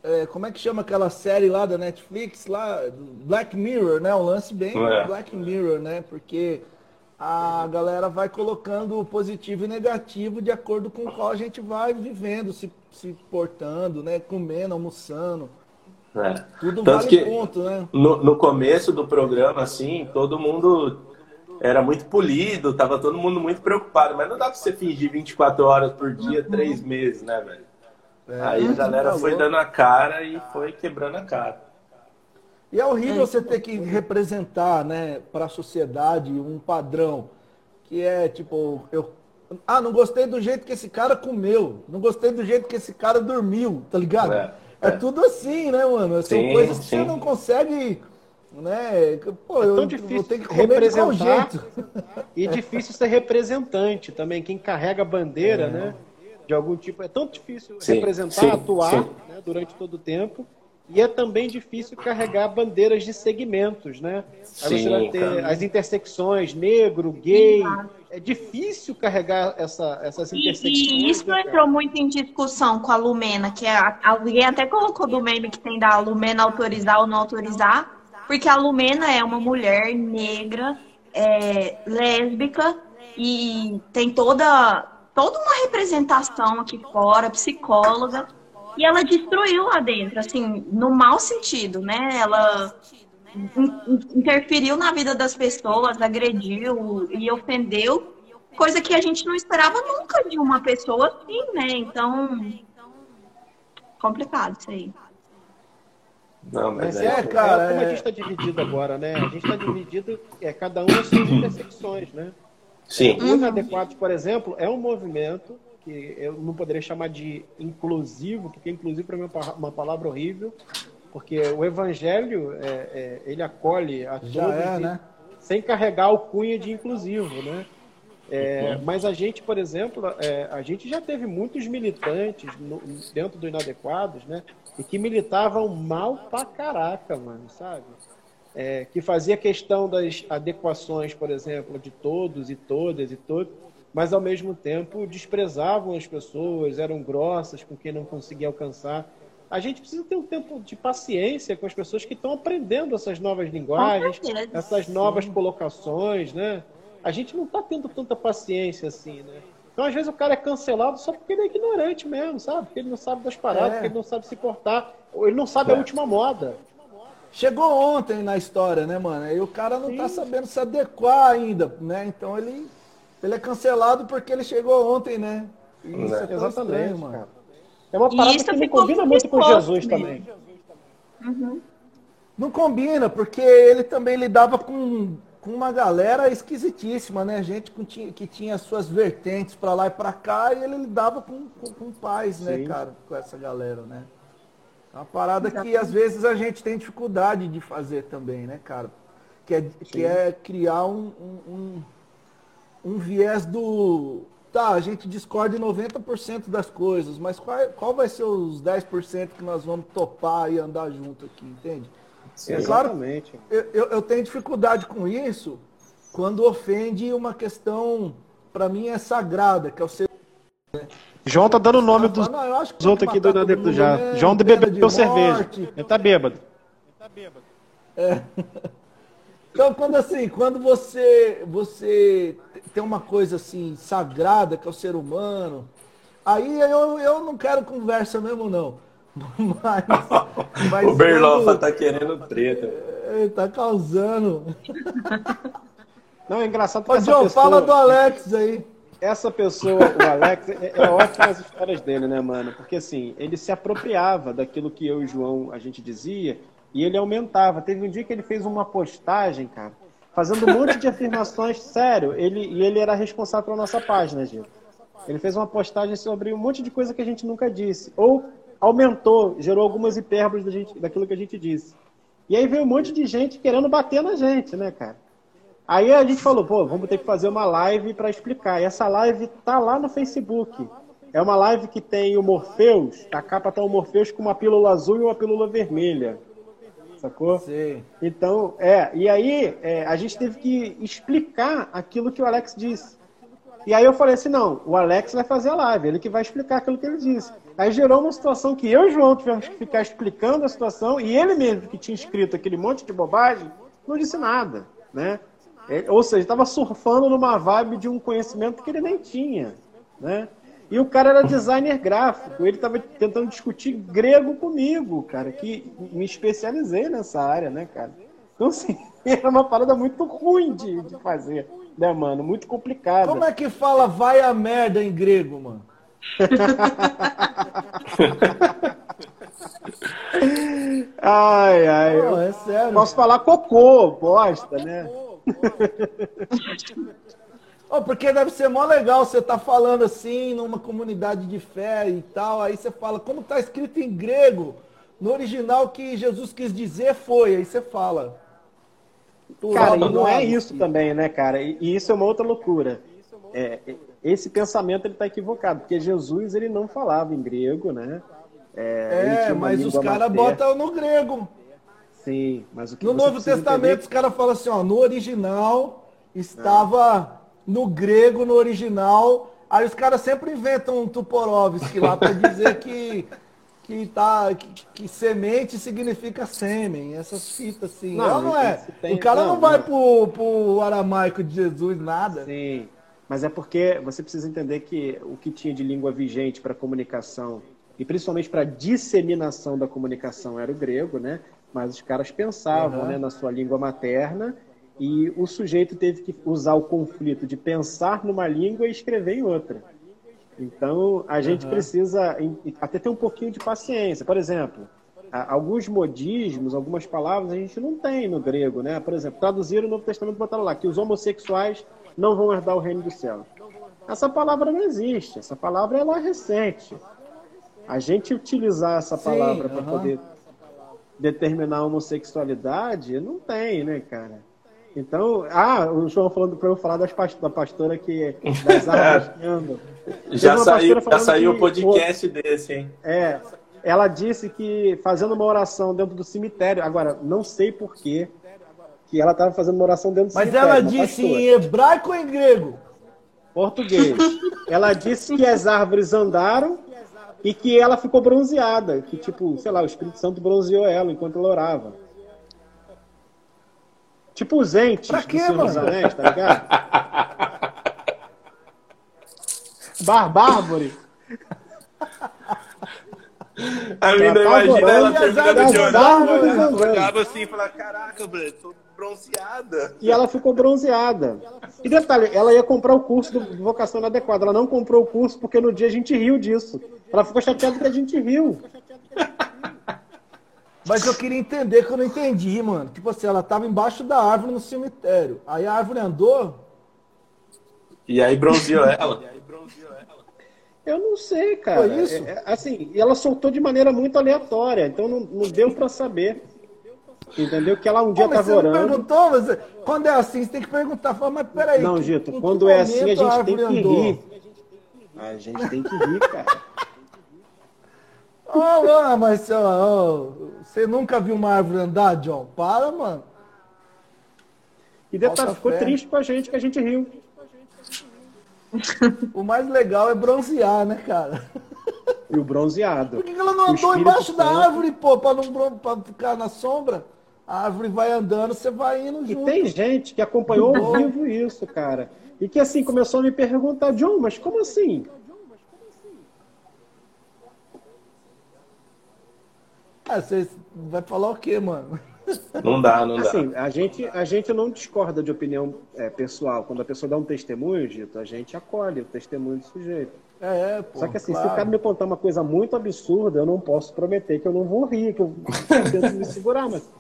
como é que chama aquela série lá da Netflix, lá, Black Mirror, né? Um lance bem Black Mirror, né? Porque a galera vai colocando o positivo e negativo de acordo com o qual a gente vai vivendo, se portando, né? Comendo, almoçando. Tudo Tanto vale que ponto, né? No começo do programa, assim, todo mundo era muito polido, tava todo mundo muito preocupado, mas não dá pra você fingir 24 horas por dia, 3 meses, né, velho? Aí a galera foi dando a cara e foi quebrando a cara. E é horrível você ter que representar, né, para a sociedade um padrão que é tipo, não gostei do jeito que esse cara comeu, não gostei do jeito que esse cara dormiu, tá ligado? É tudo assim, né, mano? São coisas que você não consegue, né? Pô, tão difícil vou ter que comer de qual jeito. E difícil ser representante também, quem carrega a bandeira, né? De algum tipo. É tão difícil representar, atuar né, durante todo o tempo. E é também difícil carregar bandeiras de segmentos, né? Aí você vai ter as intersecções, negro, gay. É difícil carregar essas intersecções. E isso entrou muito em discussão com a Lumena, que alguém até colocou do meme que tem da Lumena autorizar ou não autorizar, porque a Lumena é uma mulher negra, lésbica, e tem toda uma representação aqui fora, psicóloga. E ela destruiu lá dentro, assim, no mau sentido, né? Ela interferiu na vida das pessoas, agrediu e ofendeu, coisa que a gente não esperava nunca de uma pessoa assim, né? Então, complicado isso aí. Não, mas cara, como a gente está dividido agora, né? A gente está dividido, cada um as suas intersecções, né? Sim. O Inadequados, por exemplo, é um movimento que eu não poderia chamar de inclusivo, porque inclusivo para mim é uma palavra horrível, porque o evangelho, ele acolhe a todos, né? sem carregar o cunho de inclusivo, né? Mas a gente, por exemplo, a gente já teve muitos militantes dentro do Inadequados, né? E que militavam mal pra caraca, mano, sabe? Que fazia questão das adequações, por exemplo, de todos e todas e todos, mas ao mesmo tempo desprezavam as pessoas, eram grossas com quem não conseguia alcançar. A gente precisa ter um tempo de paciência com as pessoas que estão aprendendo essas novas linguagens, essas novas colocações, né? A gente não está tendo tanta paciência assim, né? Então, às vezes, o cara é cancelado só porque ele é ignorante mesmo, sabe? Porque ele não sabe das paradas, porque ele não sabe se portar, ou ele não sabe a última moda. Chegou ontem na história, né, mano? E o cara não tá sabendo se adequar ainda, né? Então ele é cancelado porque ele chegou ontem, né? Isso é exatamente, estranho, mano. Cara. É uma parada que não combina muito com Jesus também. Não combina, porque ele também lidava com uma galera esquisitíssima, né? Gente que tinha suas vertentes pra lá e pra cá, e ele lidava com paz, né, cara? Com essa galera, né? É uma parada que às vezes a gente tem dificuldade de fazer também, né, cara? Que é criar um viés do... Tá, a gente discorda em 90% das coisas, mas qual vai ser os 10% que nós vamos topar e andar junto aqui, entende? Sim, exatamente. Eu tenho dificuldade com isso quando ofende uma questão, para mim, sagrada, que é o ser... João tá dando o nome dos outros aqui do Inadequados já. João bebeu cerveja. Ele tá bêbado. Então, quando você tem uma coisa assim, sagrada, que é o ser humano, aí eu não quero conversa mesmo, não. Mas o Berlofa tá querendo treta. Ele tá causando. Não, é engraçado que Ô, João, pessoa... fala do Alex aí. Essa pessoa, o Alex, é ótimo as histórias dele, né, mano? Porque, assim, ele se apropriava daquilo que eu e o João, a gente dizia, e ele aumentava. Teve um dia que ele fez uma postagem, cara, fazendo um monte de afirmações, sério, ele era responsável pela nossa página, Gil. Ele fez uma postagem sobre um monte de coisa que a gente nunca disse. Ou aumentou, gerou algumas hipérboles daquilo que a gente disse. E aí veio um monte de gente querendo bater na gente, né, cara? Aí a gente falou, vamos ter que fazer uma live para explicar. E essa live tá lá no Facebook. É uma live que tem o Morpheus, a capa tá o Morpheus com uma pílula azul e uma pílula vermelha. Sacou? Sim. Então, e aí a gente teve que explicar aquilo que o Alex disse. E aí eu falei assim, não, o Alex vai fazer a live, ele que vai explicar aquilo que ele disse. Aí gerou uma situação que eu e o João tivemos que ficar explicando a situação, e ele mesmo, que tinha escrito aquele monte de bobagem, não disse nada, né? Ou seja, estava surfando numa vibe de um conhecimento que ele nem tinha, né? E o cara era designer gráfico, ele estava tentando discutir grego comigo, cara, que me especializei nessa área, né, cara? Então, assim, era uma parada muito ruim de fazer, né, mano? Muito complicada. Como é que fala vai a merda em grego, mano? Ai. Pô, é sério. Posso falar cocô, bosta, né? Oh, porque deve ser mó legal você tá falando assim, numa comunidade de fé e tal, aí você fala, como tá escrito em grego, no original que Jesus quis dizer foi, aí você fala. Cara, e não é isso também, né, cara? E isso é uma outra loucura. Esse pensamento ele tá equivocado, porque Jesus ele não falava em grego, né? Mas os caras botam no grego. Sim, mas o que no Novo Testamento os caras falam assim, ó, no original estava no grego, no original, aí os caras sempre inventam um Tuporovski lá para dizer que semente significa sêmen, essas fitas assim. Não é? O cara não vai pro aramaico de Jesus, nada. Sim, mas é porque você precisa entender que o que tinha de língua vigente para comunicação, e principalmente para disseminação da comunicação, era o grego, né? Mas os caras pensavam, né, na sua língua materna, e o sujeito teve que usar o conflito de pensar numa língua e escrever em outra. Então, a gente precisa até ter um pouquinho de paciência. Por exemplo, alguns modismos, algumas palavras a gente não tem no grego, né? Por exemplo, traduziram o Novo Testamento e botaram lá que os homossexuais não vão herdar o reino dos céus. Essa palavra não existe, essa palavra ela é recente. A gente utilizar essa palavra para poder determinar a homossexualidade, não tem, né, cara? Então, o João falando para eu falar da pastora que das árvores que andam. Já saiu o podcast desse, hein? Ela disse que fazendo uma oração dentro do cemitério, agora, não sei por quê, que ela estava fazendo uma oração dentro do cemitério. Mas ela disse em hebraico ou em grego? Português. Ela disse que as árvores andaram e que ela ficou bronzeada, que tipo, sei lá, o Espírito Santo bronzeou ela enquanto ela orava. Tipo os entes do Senhor dos Anéis, tá ligado? Bárbore. A mina imagina ela terminando de orar, olhava assim e falava, caraca, Breno, tô bronzeada. E ela ficou bronzeada. E detalhe, ela ia comprar o curso do Vocação Inadequada. Ela não comprou o curso porque no dia a gente riu disso. Ela ficou chateada que a gente riu. Mas eu queria entender que eu não entendi, mano. Tipo assim, ela tava embaixo da árvore no cemitério. Aí a árvore andou. E aí bronzeou ela. Eu não sei, cara. Foi isso? Assim, ela soltou de maneira muito aleatória. Então não deu pra saber. Entendeu? Que ela um dia tava orando. Não perguntou, mas quando é assim, você tem que perguntar. Fala, mas peraí. Não, Gito, quando é assim, a gente tem que rir. A gente tem que rir, cara. Mas você nunca viu uma árvore andar, John? Para, mano. E detalhe, ficou triste com a gente, que a gente riu. O mais legal é bronzear, né, cara? E o bronzeado. Por que ela não andou embaixo da árvore, pô, pra ficar na sombra? A árvore vai andando, você vai indo junto. E tem gente que acompanhou ao vivo isso, cara. E que assim, começou a me perguntar, John, mas como assim? Você vai falar o quê, mano? Não dá. Assim, a gente não discorda de opinião pessoal. Quando a pessoa dá um testemunho, Gito, a gente acolhe o testemunho do sujeito. Pô. Só que assim, claro. se o cara me contar uma coisa muito absurda, eu não posso prometer que eu não vou rir, que eu tento me segurar, mas...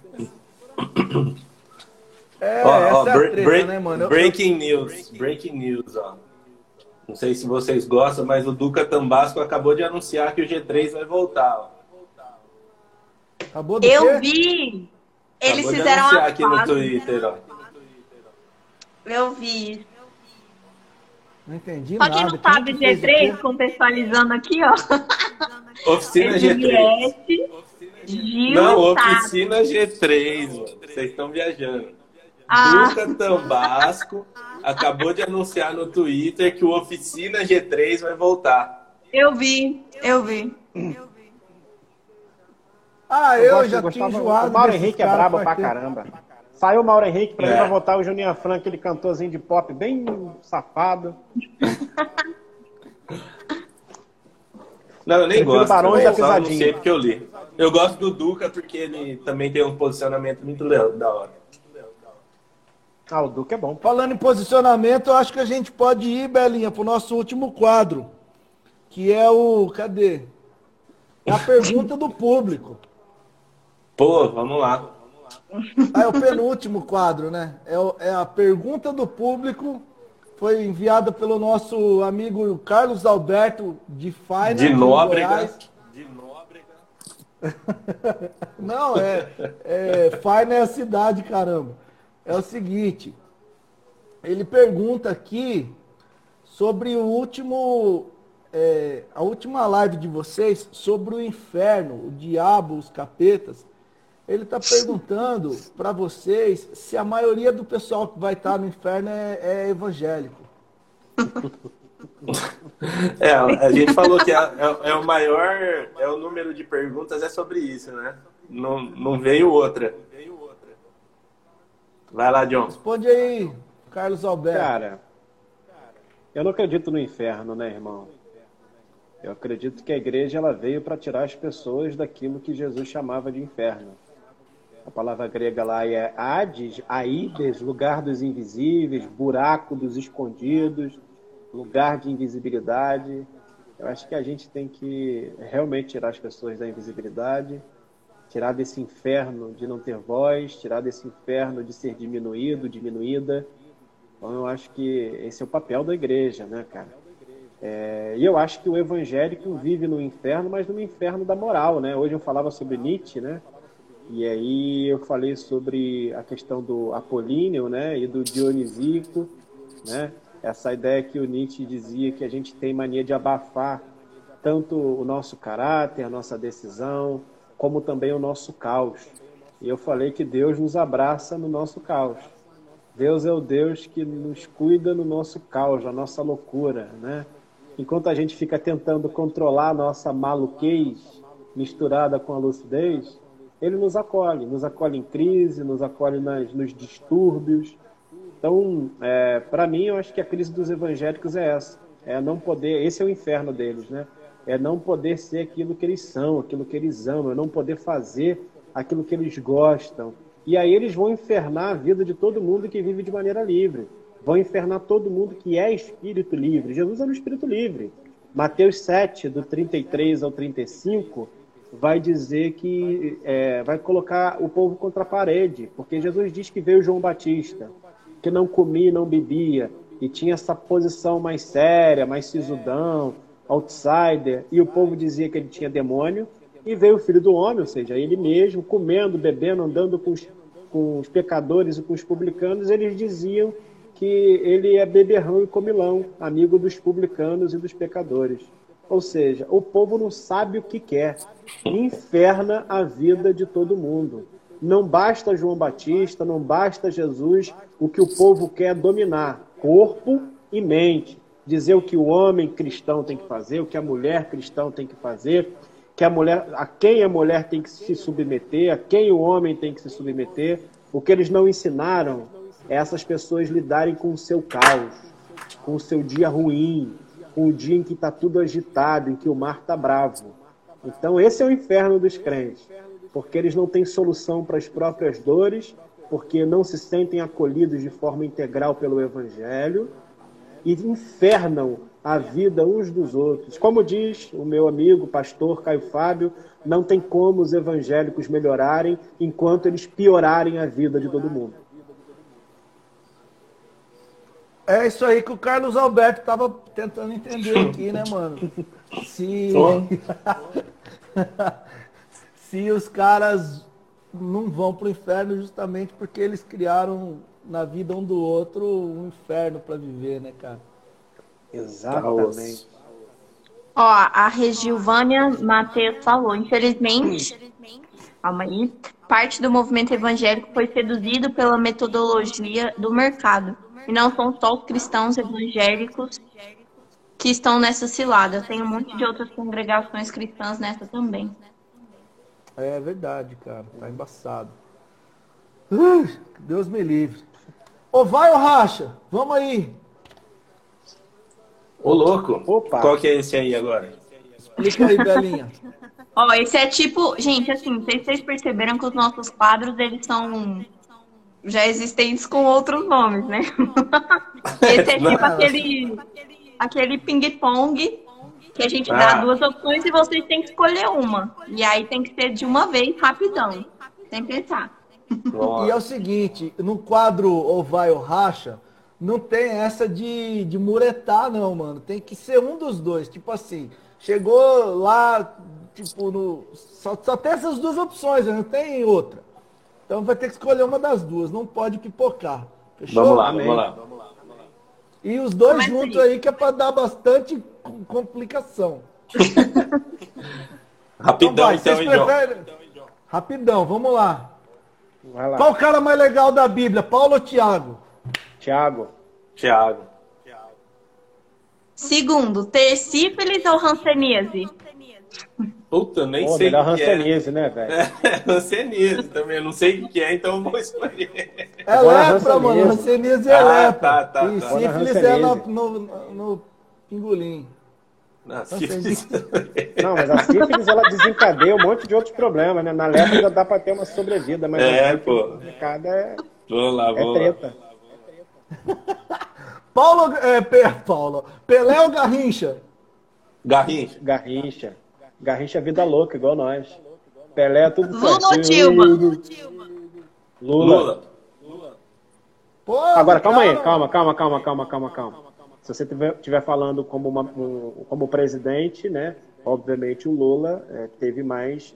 Treta, né, mano? Breaking news, ó. Não sei se vocês gostam, mas o Duca Tambasco acabou de anunciar que o G3 vai voltar, ó. Acabou do quê? Eu vi. Eles Acabou de fizeram anunciar uma aqui no fase. Twitter, ó. Eu vi. Não entendi Só nada. quem não sabe G3, contextualizando aqui, ó. Oficina G3. Não, Oficina G3, mano. Vocês estão viajando. Duca Tambasco acabou de anunciar no Twitter que o Oficina G3 vai voltar. Eu vi. Eu já tinha enjoado. O Mauro Henrique é brabo pra caramba. Saiu o Mauro Henrique, pra mim vai voltar o Juninho Afran, aquele cantorzinho de pop bem safado. Não, eu nem gosto. Barões da Pisadinha. Não sei porque eu li. Eu gosto do Duca porque ele também tem um posicionamento muito da hora. O Duca é bom. Falando em posicionamento, eu acho que a gente pode ir, Belinha, pro nosso último quadro. Que é o... Cadê? É a pergunta do público. Pô, vamos lá. É o penúltimo quadro, né? É a pergunta do público. Foi enviada pelo nosso amigo Carlos Alberto de Faina. De Nóbrega. De Nóbrega. Não, Faina é a cidade, caramba. É o seguinte. Ele pergunta aqui sobre o último... a última live de vocês sobre o inferno, o diabo, os capetas. Ele está perguntando para vocês se a maioria do pessoal que vai estar no inferno é evangélico. A gente falou que é o maior, o número de perguntas é sobre isso, né? Não veio outra. Vai lá, John. Responde aí, Carlos Alberto. Cara, eu não acredito no inferno, né, irmão? Eu acredito que a igreja ela veio para tirar as pessoas daquilo que Jesus chamava de inferno. A palavra grega lá é Hades, Aides, lugar dos invisíveis, buraco dos escondidos, lugar de invisibilidade. Eu acho que a gente tem que realmente tirar as pessoas da invisibilidade, tirar desse inferno de não ter voz, tirar desse inferno de ser diminuído, diminuída. Então eu acho que esse é o papel da igreja, né, cara? E eu acho que o evangélico vive no inferno, mas no inferno da moral, né? Hoje eu falava sobre Nietzsche, né? E aí eu falei sobre a questão do Apolíneo, né? E do Dionisíaco, né? Essa ideia que o Nietzsche dizia que a gente tem mania de abafar tanto o nosso caráter, a nossa decisão, como também o nosso caos. E eu falei que Deus nos abraça no nosso caos. Deus é o Deus que nos cuida no nosso caos, na nossa loucura, né? Enquanto a gente fica tentando controlar a nossa maluquez misturada com a lucidez, ele nos acolhe em crise, nos acolhe nos distúrbios. Então, para mim, eu acho que a crise dos evangélicos é essa. É não poder, esse é o inferno deles, né? É não poder ser aquilo que eles são, aquilo que eles amam, é não poder fazer aquilo que eles gostam. E aí eles vão infernar a vida de todo mundo que vive de maneira livre. Vão infernar todo mundo que é espírito livre. Jesus é um espírito livre. Mateus 7, do 33 ao 35, vai dizer que vai colocar o povo contra a parede, porque Jesus diz que veio João Batista, que não comia, não bebia, e tinha essa posição mais séria, mais sisudão, outsider, e o povo dizia que ele tinha demônio, e veio o Filho do Homem, ou seja, ele mesmo, comendo, bebendo, andando com os pecadores e com os publicanos, eles diziam que ele é beberrão e comilão, amigo dos publicanos e dos pecadores. Ou seja, o povo não sabe o que quer, inferna a vida de todo mundo. Não basta João Batista, não basta Jesus, o que o povo quer é dominar corpo e mente. Dizer o que o homem cristão tem que fazer, o que a mulher cristã tem que fazer, a quem a mulher tem que se submeter, a quem o homem tem que se submeter. O que eles não ensinaram é essas pessoas lidarem com o seu caos, com o seu dia ruim, com o dia em que está tudo agitado, em que o mar está bravo. Então esse é o inferno dos crentes, porque eles não têm solução para as próprias dores, porque não se sentem acolhidos de forma integral pelo Evangelho e infernam a vida uns dos outros. Como diz o meu amigo, pastor Caio Fábio, não tem como os evangélicos melhorarem enquanto eles piorarem a vida de todo mundo. É isso aí que o Carlos Alberto estava tentando entender aqui, né, mano? Se os caras não vão pro inferno justamente porque eles criaram na vida um do outro um inferno para viver, né, cara? Exatamente. Ó, a Regilvânia Matheus falou, infelizmente, calma aí, parte do movimento evangélico foi seduzido pela metodologia do mercado. E não são só os cristãos evangélicos que estão nessa cilada. Tem um monte de outras congregações cristãs nessa também. É verdade, cara. Tá embaçado. Deus me livre. Ô, vai ou racha? Vamos aí. Ô, louco. Opa. Qual que é esse aí agora? Explica aí, Belinha. Ó, esse é tipo... Gente, assim, não sei se vocês perceberam que os nossos quadros, eles são já existentes com outros nomes, né? Esse é tipo aquele ping-pong que a gente dá duas opções e vocês têm que escolher uma. E aí tem que ser de uma vez, rapidão, sem pensar. E é o seguinte, no quadro ou vai ou racha, não tem essa de muretar, não, mano. Tem que ser um dos dois. Tipo assim, chegou lá, tipo, só tem essas duas opções, não tem outra. Então vai ter que escolher uma das duas, não pode pipocar. Fechou? Vamos lá. E os dois juntos aí, que é pra dar bastante complicação. Rapidão, então, John. Rapidão, vamos lá. Vai lá. Qual o cara mais legal da Bíblia, Paulo ou Tiago? Thiago. Segundo, ter sífilis ou hanseníase? Puta, nem Pô, sei melhor o que é. Hanseníase, né, velho? Hanseníase também, eu não sei o que é, então eu vou escolher. É Agora lepra, mano. Hanseníase é lepra. E Agora sífilis é Hanseníase. no pingolim. Não, sífilis. Não, mas a sífilis, ela desencadeia um monte de outros problemas, né? Na lepra ainda dá pra ter uma sobrevida, mas pô. cada é Vamos lá. treta. Paulo. Pelé ou Garrincha? Garrincha. Garrincha é vida louca, igual nós. Pelé é tudo Lula ou certinho. Dilma? Lula. Pô, Agora, calma aí. cara, Calma. Se você estiver falando como presidente, né? Obviamente o Lula teve mais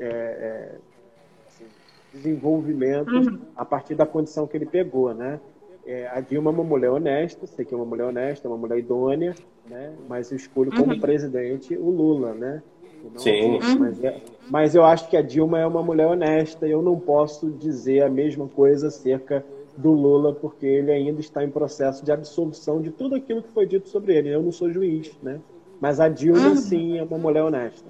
desenvolvimento a partir da condição que ele pegou, né? A Dilma é uma mulher honesta, sei que é uma mulher honesta, uma mulher idônea, né? Mas eu escolho como presidente o Lula, né? Sim. Mas eu acho que a Dilma é uma mulher honesta e eu não posso dizer a mesma coisa acerca do Lula, porque ele ainda está em processo de absolvição de tudo aquilo que foi dito sobre ele. Eu não sou juiz, né? Mas a Dilma, sim, é uma mulher honesta.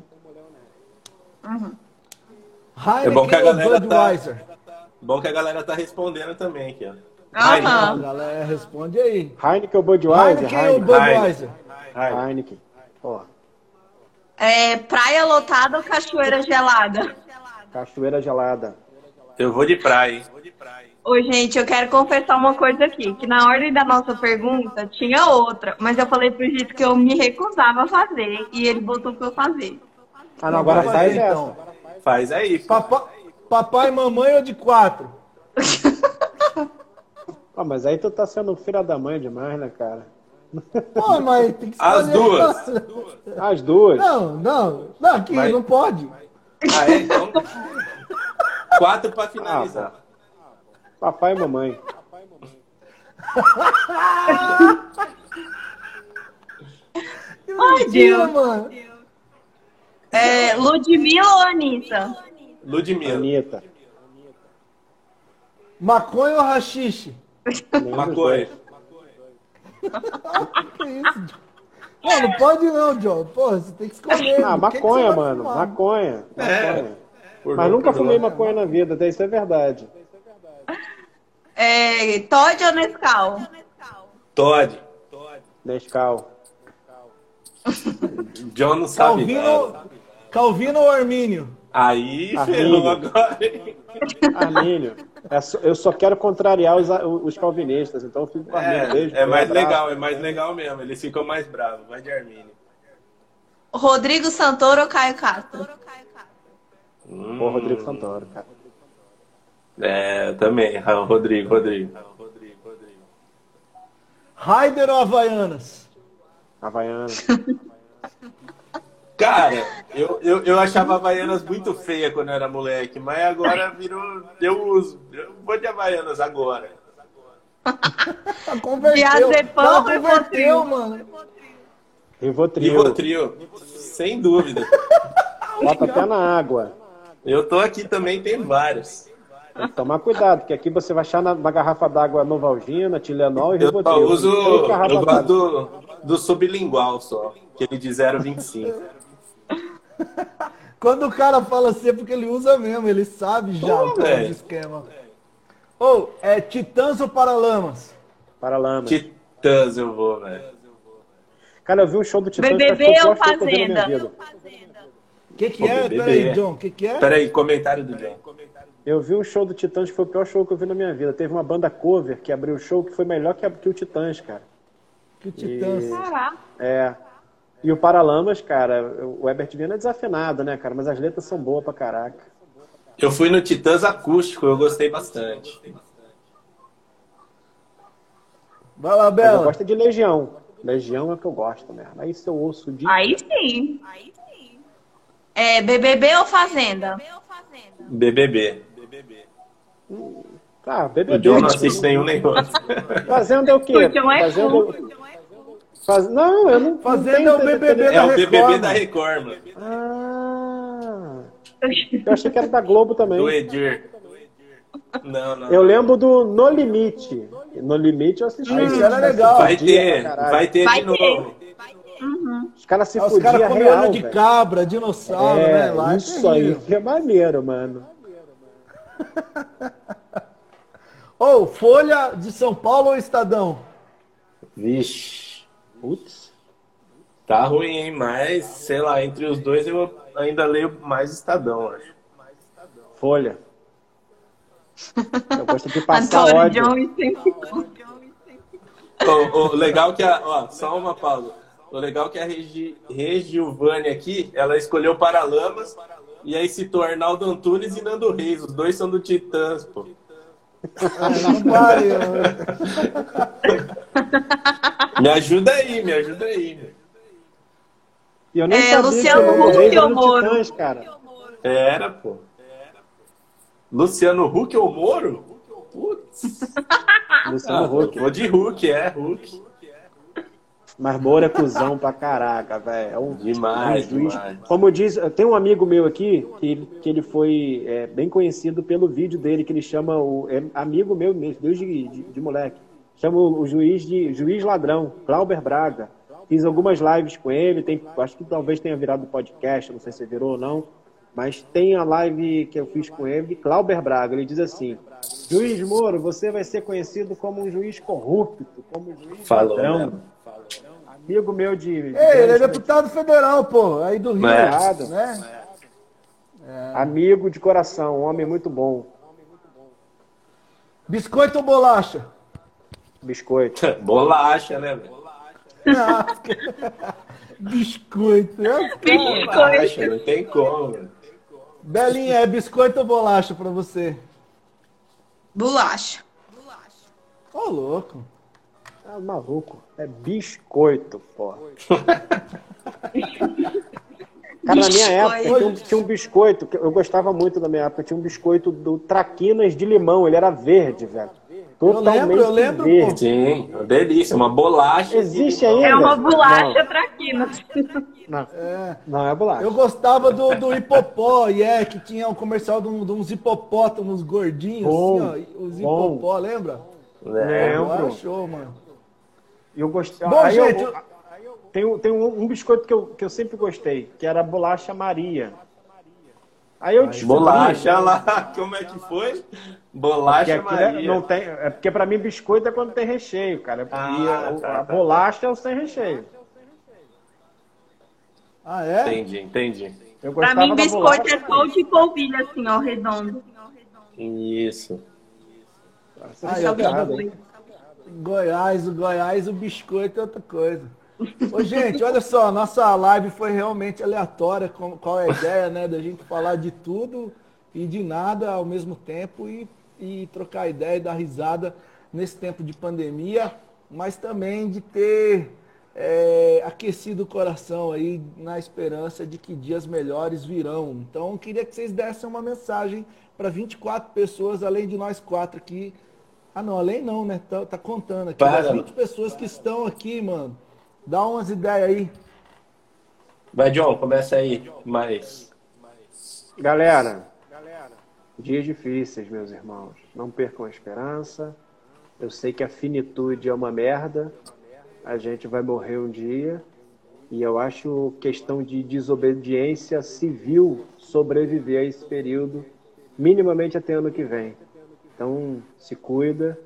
É bom que a galera tá respondendo também aqui, ó. A galera responde aí. Heineken ou Budweiser? Heineken ou Budweiser? Heineken. Porra. Praia lotada ou cachoeira gelada? Cachoeira gelada. Eu vou de praia, hein? Ô, gente, eu quero confessar uma coisa aqui, que na ordem da nossa pergunta tinha outra, mas eu falei pro Gito que eu me recusava a fazer, e ele botou pra eu fazer. Ah, não, agora faz essa. Então. Faz aí. Papai e mamãe ou de 4? Ah, mas aí tu tá sendo filha da mãe demais, né, cara? Pô, mas tem que As duas. As duas? Não, aqui Mas- não pode. Então 4 pra finalizar. Papai e mamãe. Ai, Deus. Mano. Ludmilla ou Anitta? Ludmilla. Anitta. Maconha ou rachixe? Maconha. Que isso? Não pode não, John. Pô, você tem que escolher. Ah, O que que maconha, você vai mano. fumar? Maconha. Por Mas não, nunca por fumei não. maconha na vida, até isso é verdade. Todd ou Nescau? Todd. Nescau. John não sabe nada. Calvino ou Armínio? Aí Armínio. ferrou agora. Armínio. Eu só quero contrariar os calvinistas, então eu fico com Armínio. Beijo, É mais abraço. legal, é mais legal mesmo. Eles ficam mais bravos. Vai de Armínio. Rodrigo Santoro ou Caio Castro? Pô, Rodrigo Santoro, cara. Também. Rodrigo. Raider ou Havaianas? Havaiana. Cara, eu achava Havaianas muito feia quando eu era moleque, mas agora virou. Eu uso. Eu vou de Havaianas agora. Diazepam ou Converteu, mano. Rivotril. Sem dúvida. Bota até na água. Eu tô aqui também, tem vários. Tem que tomar cuidado, porque aqui você vai achar na garrafa d'água Novalgina, Tilenol e Eu só Rivotril. uso, eu gosto do sublingual só, aquele de 0,25. Quando o cara fala assim é porque ele usa mesmo, ele sabe já o esquema. Ou, é Titãs ou Paralamas? Paralamas. Titãs eu vou, velho. Cara, eu vi um show do Titãs BBB que foi o ou pior show que eu vi na minha Fazenda? vida. O que é? Peraí, John, o que é? Peraí, comentário do John. Eu vi um show do Titãs que foi o pior show que eu vi na minha vida. Teve uma banda cover que abriu o show que foi melhor que o Titãs, cara. Que o Titãs. Caraca. E o Paralamas, cara, o Herbert Viana é desafinado, né, cara? Mas as letras são boas pra caraca. Eu fui no Titãs acústico, eu gostei bastante. Vai lá, Mas eu Bela. gosto de Legião. Legião é o que eu gosto mesmo. Aí se eu ouço de... Aí sim. É BBB ou Fazenda? BBB. Ah, O BBB. John não assiste nenhum nem outro. Fazenda é o quê? Porque não é Fazenda... Não, eu não Fazenda tenho é o BBB É da o BBB Record. da Record, mano. Ah, eu achei que era da Globo também. Do Edir. Não. Eu lembro do No Limite. No Limite eu assisti. Isso era legal. Vai ter de novo. Os caras se Os fudiam caras comendo real, olho de velho. cabra, dinossauro, né? Lá é Isso aí terrível. que é maneiro, mano. Ou Folha de São Paulo ou Estadão? Vixe. Putz. Tá ruim, hein? Mas, sei lá, entre os dois eu ainda leio mais Estadão, acho. Folha. Eu gosto de passar Antônio ódio. Jones sempre. O legal que só uma pausa. O legal que a Regilvânia aqui, ela escolheu Paralamas e aí citou Arnaldo Antunes e Nando Reis. Os dois são do Titãs, pô. Não vale. Me ajuda aí, meu. E eu nem É, sabia Luciano que o Nando Huck Reis era ou do Moro? Titãs, cara. Era, pô. Luciano Huck ou Moro? Putz. Luciano Huck. Vou de Huck, Huck. Mas Moro é cuzão pra caraca, velho. É um Demais, juiz. demais. Como diz, tem um amigo meu aqui que ele foi bem conhecido pelo vídeo dele, que ele chama amigo meu mesmo, Deus de moleque. Chama o juiz ladrão, Glauber Braga. Fiz algumas lives com ele, acho que talvez tenha virado podcast, não sei se virou ou não. Mas tem a live que eu fiz com ele, Glauber Braga. Ele diz assim: Juiz Moro, você vai ser conhecido como um juiz corrupto, como um juiz ladrão. Mesmo. Amigo meu Ele é deputado federal, pô, aí do Rio, Nada. né? Amigo de coração, um homem muito bom. Biscoito ou bolacha? Biscoito. Bolacha, né, velho? Biscoito. Bolacha, não tem como, velho. Belinha, é biscoito ou bolacha pra você? Bolacha. Ô, louco. Tá maluco. É biscoito, porra. Cara, na minha época tinha um biscoito, que eu gostava muito da minha época, tinha um biscoito do Traquinas de limão, ele era verde, velho. Totalmente eu lembro, verde. pô. Sim, uma delícia, uma bolacha. Existe ainda? É uma bolacha traquina. Não é bolacha. Eu gostava do hipopó, que tinha um comercial de uns hipopótamos gordinhos, Bom, assim, ó. Os hipopó, lembra? Lembro. Era show, mano. Eu gostava. Bom, gente, tem um biscoito que eu sempre gostei, que era a bolacha Maria. Aí eu descobri, Bolacha lá, como é que foi? Bolacha Maria. não tem, é porque pra mim biscoito é quando tem recheio, cara. A tá. bolacha é o sem recheio. Ah, é? Entendi. Eu Pra gostava mim, da biscoito bolacha. é só o de polvilho, assim, ó, redondo. Isso. Você Aí, tá ó, errado, hein? Goiás, o biscoito é outra coisa. Ô, gente, olha só, nossa live foi realmente aleatória, qual é a ideia, né, da gente falar de tudo e de nada ao mesmo tempo e trocar ideia e dar risada nesse tempo de pandemia, mas também de ter aquecido o coração aí na esperança de que dias melhores virão. Então, eu queria que vocês dessem uma mensagem para 24 pessoas, além de nós 4 aqui. Ah, não, além não, né? Tá contando aqui. Das 20 pessoas que estão aqui, mano. Dá umas ideias aí. Vai, John, começa aí. Mais. Galera, Dias difíceis, meus irmãos. Não percam a esperança. Eu sei que a finitude é uma merda. A gente vai morrer um dia. E eu acho questão de desobediência civil sobreviver a esse período, minimamente até ano que vem. Então, se cuida.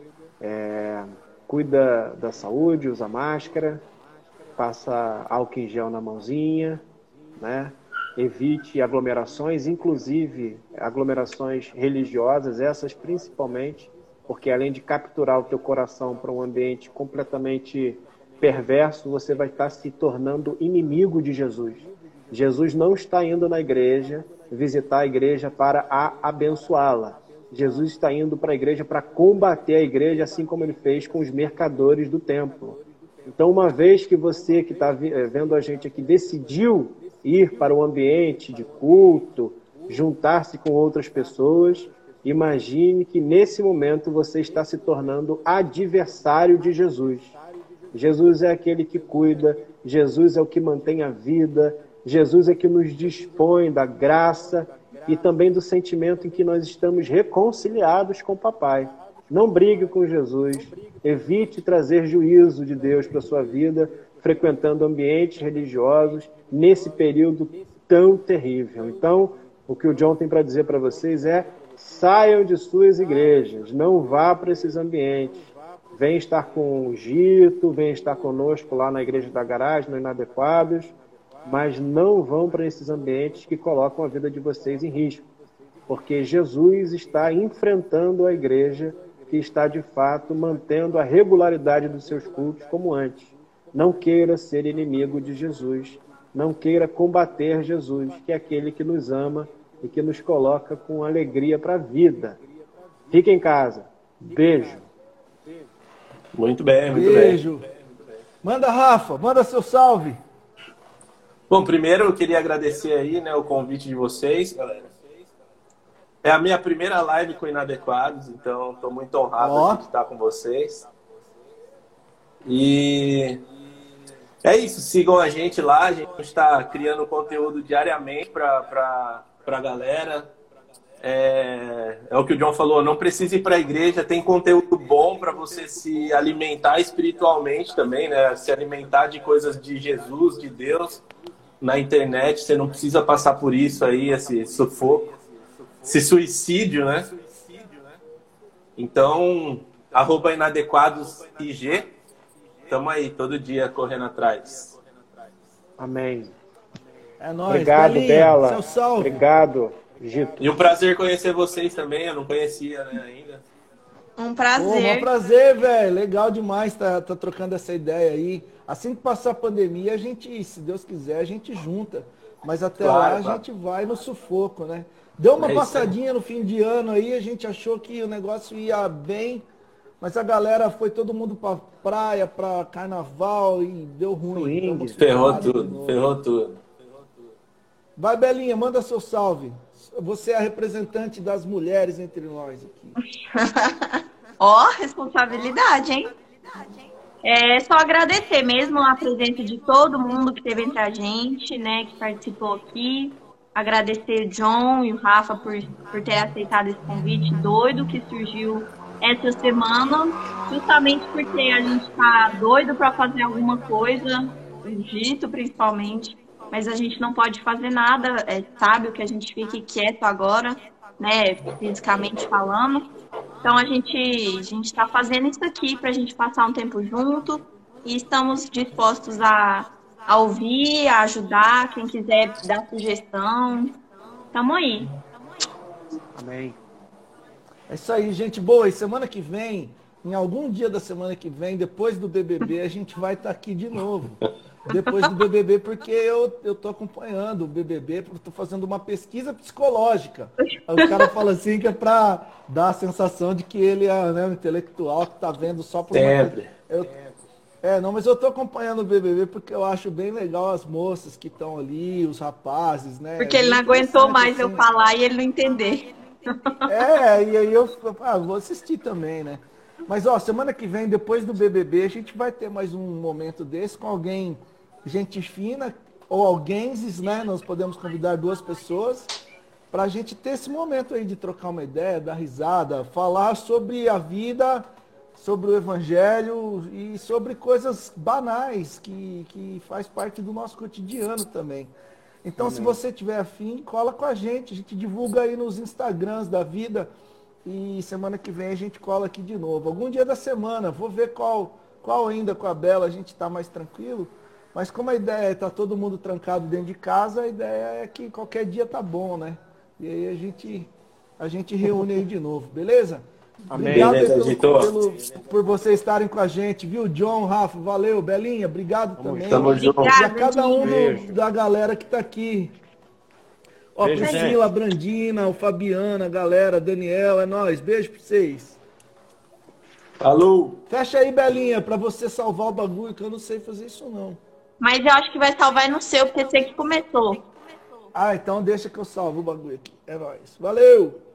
Cuida da saúde, usa máscara, passa álcool em gel na mãozinha, né? Evite aglomerações, inclusive aglomerações religiosas, essas principalmente, porque além de capturar o teu coração para um ambiente completamente perverso, você vai estar se tornando inimigo de Jesus. Jesus não está indo na igreja visitar a igreja para abençoá-la. Jesus está indo para a igreja para combater a igreja, assim como ele fez com os mercadores do templo. Então, uma vez que você que está vendo a gente aqui decidiu ir para o ambiente de culto, juntar-se com outras pessoas, imagine que nesse momento você está se tornando adversário de Jesus. Jesus é aquele que cuida, Jesus é o que mantém a vida, Jesus é que nos dispõe da graça e também do sentimento em que nós estamos reconciliados com o Papai. Não brigue com Jesus, evite trazer juízo de Deus para a sua vida, frequentando ambientes religiosos nesse período tão terrível. Então, o que o John tem para dizer para vocês é: saiam de suas igrejas, não vá para esses ambientes. Vem estar com o Gito, vem estar conosco lá na Igreja da Garagem, no Inadequados, mas não vão para esses ambientes que colocam a vida de vocês em risco, porque Jesus está enfrentando a igreja que está, de fato, mantendo a regularidade dos seus cultos como antes. Não queira ser inimigo de Jesus, não queira combater Jesus, que é aquele que nos ama e que nos coloca com alegria para a vida. Fique em casa. Beijo. Muito bem, muito Beijo. bem. Manda, Rafa, manda seu salve. Bom, primeiro eu queria agradecer aí, né, o convite de vocês, galera. É a minha primeira live com Inadequados, então estou muito honrado de estar com vocês. E é isso, sigam a gente lá, a gente está criando conteúdo diariamente para a galera. É o que o John falou, não precisa ir para a igreja, tem conteúdo bom para você se alimentar espiritualmente também, né? Se alimentar de coisas de Jesus, de Deus. Na internet, você não precisa passar por isso aí, esse sufoco, esse suicídio, né? Então, @inadequadosig, estamos aí todo dia correndo atrás. Amém. É nóis. Obrigado, Belinha, Bela. seu salve. Obrigado, Gito. E um prazer conhecer vocês também, eu não conhecia, né, ainda. Um Pô, prazer. um prazer, velho. Legal demais tá trocando essa ideia aí. Assim que passar a pandemia, a gente, se Deus quiser, a gente junta. Mas até lá a gente vai no sufoco, né? Deu uma passadinha no fim de ano aí, a gente achou que o negócio ia bem, mas a galera foi todo mundo pra praia, pra carnaval e deu ruim. Então, ferrou tudo. Vai, Belinha, manda seu salve. Você é a representante das mulheres entre nós aqui. Ó, responsabilidade, hein? É só agradecer mesmo a presença de todo mundo que esteve entre a gente, né, que participou aqui. Agradecer o John e o Rafa por ter aceitado esse convite doido que surgiu essa semana, justamente porque a gente tá doido para fazer alguma coisa, o Gito principalmente, mas a gente não pode fazer nada, sabe, o que a gente fique quieto agora, né, fisicamente falando. Então a gente está fazendo isso aqui para a gente passar um tempo junto e estamos dispostos a ouvir, a ajudar, quem quiser dar sugestão. Tamo aí. Amém. É isso aí, gente boa. E semana que vem, em algum dia da semana que vem, depois do BBB, a gente vai estar aqui de novo. Depois do BBB, porque eu tô acompanhando o BBB, porque tô fazendo uma pesquisa psicológica. Aí o cara fala assim que é para dar a sensação de que ele é, né, um intelectual que tá vendo só por Sempre. Não, mas eu tô acompanhando o BBB porque eu acho bem legal as moças que estão ali, os rapazes, né? Porque ele não aguentou mais eu falar e ele não entender. E aí eu vou assistir também, né? Mas, ó, semana que vem, depois do BBB, a gente vai ter mais um momento desse com alguém, gente fina, ou alguém, né? Nós podemos convidar 2 pessoas. para a gente ter esse momento aí de trocar uma ideia, dar risada, falar sobre a vida, sobre o evangelho e sobre coisas banais que faz parte do nosso cotidiano também. Então, se você tiver afim, cola com a gente divulga aí nos Instagrams da vida e semana que vem a gente cola aqui de novo. Algum dia da semana, vou ver qual ainda com a Bela a gente está mais tranquilo, mas como a ideia é estar todo mundo trancado dentro de casa, a ideia é que qualquer dia tá bom, né? E aí a gente reúne aí de novo, beleza? Amém. Obrigado por vocês estarem com a gente, viu? John, Rafa, valeu. Belinha, obrigado também. Tamo junto. E a cada um da galera que tá aqui. Ó, Beijo, Priscila, Brandina, o Fabiana, a galera, Daniel, é nóis. Beijo pra vocês. Falou! Fecha aí, Belinha, pra você salvar o bagulho, que eu não sei fazer isso não. Mas eu acho que vai salvar no seu, porque você que começou. Ah, então deixa que eu salvo o bagulho aqui. É nóis. Valeu!